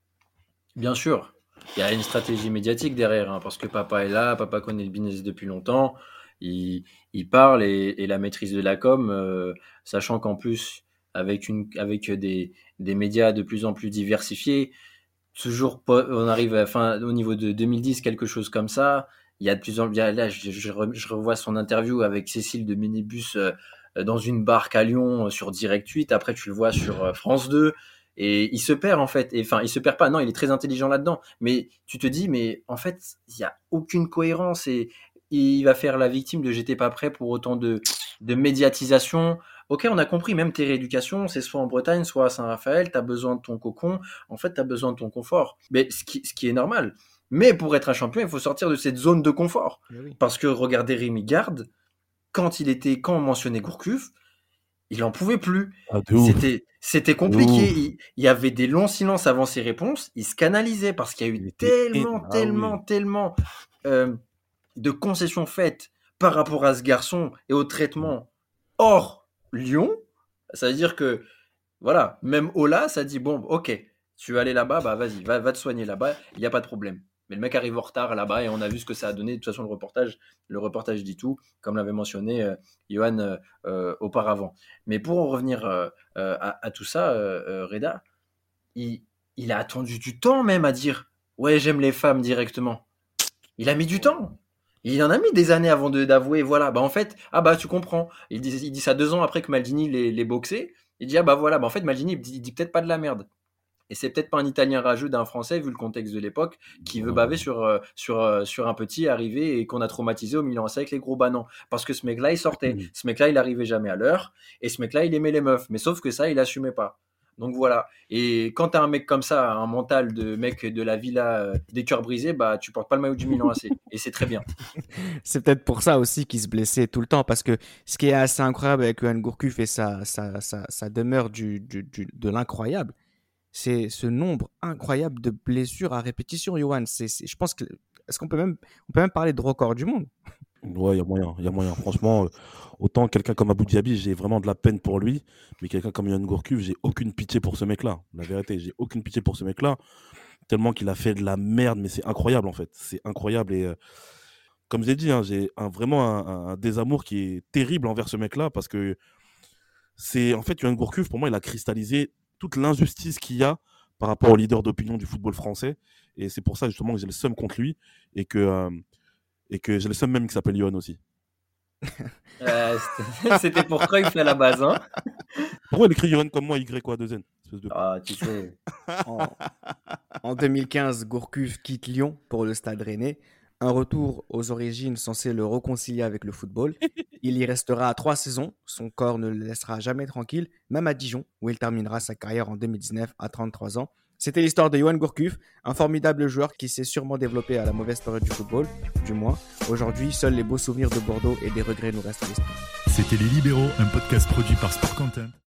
[SPEAKER 6] Bien sûr, il y a une stratégie médiatique derrière, hein, parce que papa est là, papa connaît le business depuis longtemps, il, il parle et, et la maîtrise de la com, euh, sachant qu'en plus, avec, une, avec des, des médias de plus en plus diversifiés, toujours pas- on arrive à, enfin, au niveau de deux mille dix, quelque chose comme ça, il y a de plus en plus, là, je, je, re- je revois son interview avec Cécile de Minibus euh, dans une barque à Lyon euh, sur Direct huit, après tu le vois sur euh, France deux, et il se perd en fait, et enfin il se perd pas, non, il est très intelligent là-dedans, mais tu te dis, mais en fait, il n'y a aucune cohérence, et il va faire la victime de j'étais pas prêt pour autant de, de médiatisation. Ok, on a compris, même tes rééducations, c'est soit en Bretagne, soit à Saint-Raphaël, tu as besoin de ton cocon, en fait, tu as besoin de ton confort. Mais ce qui, ce qui est normal. Mais pour être un champion, il faut sortir de cette zone de confort.
[SPEAKER 4] Mais oui.
[SPEAKER 6] Parce que regardez Rémi Garde, quand il était, quand on mentionnait Gourcuff, il en pouvait plus.
[SPEAKER 5] Ah, de ouf.
[SPEAKER 6] C'était, c'était compliqué.
[SPEAKER 5] Ouf.
[SPEAKER 6] Il, il y avait des longs silences avant ses réponses. Il se canalisait parce qu'il y a eu
[SPEAKER 5] Il était
[SPEAKER 6] tellement,
[SPEAKER 5] énorme. Ah
[SPEAKER 6] tellement,
[SPEAKER 5] oui.
[SPEAKER 6] tellement euh, de concessions faites par rapport à ce garçon et au traitement hors Lyon. Ça veut dire que, voilà, même Ola, ça dit, bon, ok, tu veux aller là-bas, bah vas-y, va, va te soigner là-bas, il n'y a pas de problème. Mais le mec arrive en retard là-bas et on a vu ce que ça a donné. De toute façon, le reportage, le reportage dit tout, comme l'avait mentionné euh, Johan euh, euh, auparavant. Mais pour en revenir euh, euh, à, à tout ça, euh, euh, Reda, il, il a attendu du temps même à dire « Ouais, j'aime les femmes directement ». Il a mis du temps. Il en a mis des années avant de, d'avouer, voilà, bah en fait, ah bah tu comprends. Il dit, il dit ça deux ans après que Maldini l'ait, l'ait boxé. Il dit, ah bah voilà, bah en fait, Maldini, il dit, il dit peut-être pas de la merde. Et c'est peut-être pas un Italien rageux d'un Français, vu le contexte de l'époque, qui veut baver sur, euh, sur, euh, sur un petit arrivé et qu'on a traumatisé au Milan A C avec les gros banans. Parce que ce mec-là, il sortait. Ce mec-là, il arrivait jamais à l'heure. Et ce mec-là, il aimait les meufs. Mais sauf que ça, il assumait pas. Donc voilà. Et quand t'as un mec comme ça, un mental de mec de la villa euh, des cœurs brisés, bah tu portes pas le maillot du Milan A C. Et c'est très bien.
[SPEAKER 4] C'est peut-être pour ça aussi qu'il se blessait tout le temps, parce que ce qui est assez incroyable avec Johan Gourcuff et sa, sa, sa, sa demeure du, du, du, de l'incroyable, c'est ce nombre incroyable de blessures à répétition, Johan. C'est, c'est, je pense que est-ce qu'on peut même, on peut même parler de record du monde?
[SPEAKER 5] Ouais, il y a moyen, il y a moyen. Franchement, euh, autant quelqu'un comme Abou Diaby, j'ai vraiment de la peine pour lui, mais quelqu'un comme Johan Gourcuff, j'ai aucune pitié pour ce mec-là. La vérité, j'ai aucune pitié pour ce mec-là, tellement qu'il a fait de la merde, mais c'est incroyable en fait. C'est incroyable et euh, comme j'ai dit, hein, j'ai un, vraiment un, un désamour qui est terrible envers ce mec-là parce que c'est en fait Johan Gourcuff, pour moi, il a cristallisé toute l'injustice qu'il y a par rapport au leader d'opinion du football français, et c'est pour ça justement que j'ai le seum contre lui et que euh, et que j'ai le seum même qui s'appelle Johan aussi.
[SPEAKER 6] Euh, c'était, c'était pour Cruyff à la base, hein.
[SPEAKER 5] Pourquoi il écrit Johan comme moi, Y quoi, deux N espèce de...
[SPEAKER 6] Ah, tu sais.
[SPEAKER 4] En, en deux mille quinze, Gourcuff quitte Lyon pour le Stade Rennais. Un retour aux origines censé le réconcilier avec le football. Il y restera trois saisons. Son corps ne le laissera jamais tranquille, même à Dijon, où il terminera sa carrière en deux mille dix-neuf à trente-trois ans. C'était l'histoire de Johan Gourcuff, un formidable joueur qui s'est sûrement développé à la mauvaise période du football, du moins. Aujourd'hui, seuls les beaux souvenirs de Bordeaux et des regrets nous restent à l'esprit.
[SPEAKER 8] C'était Les Libéraux, un podcast produit par Sport Content.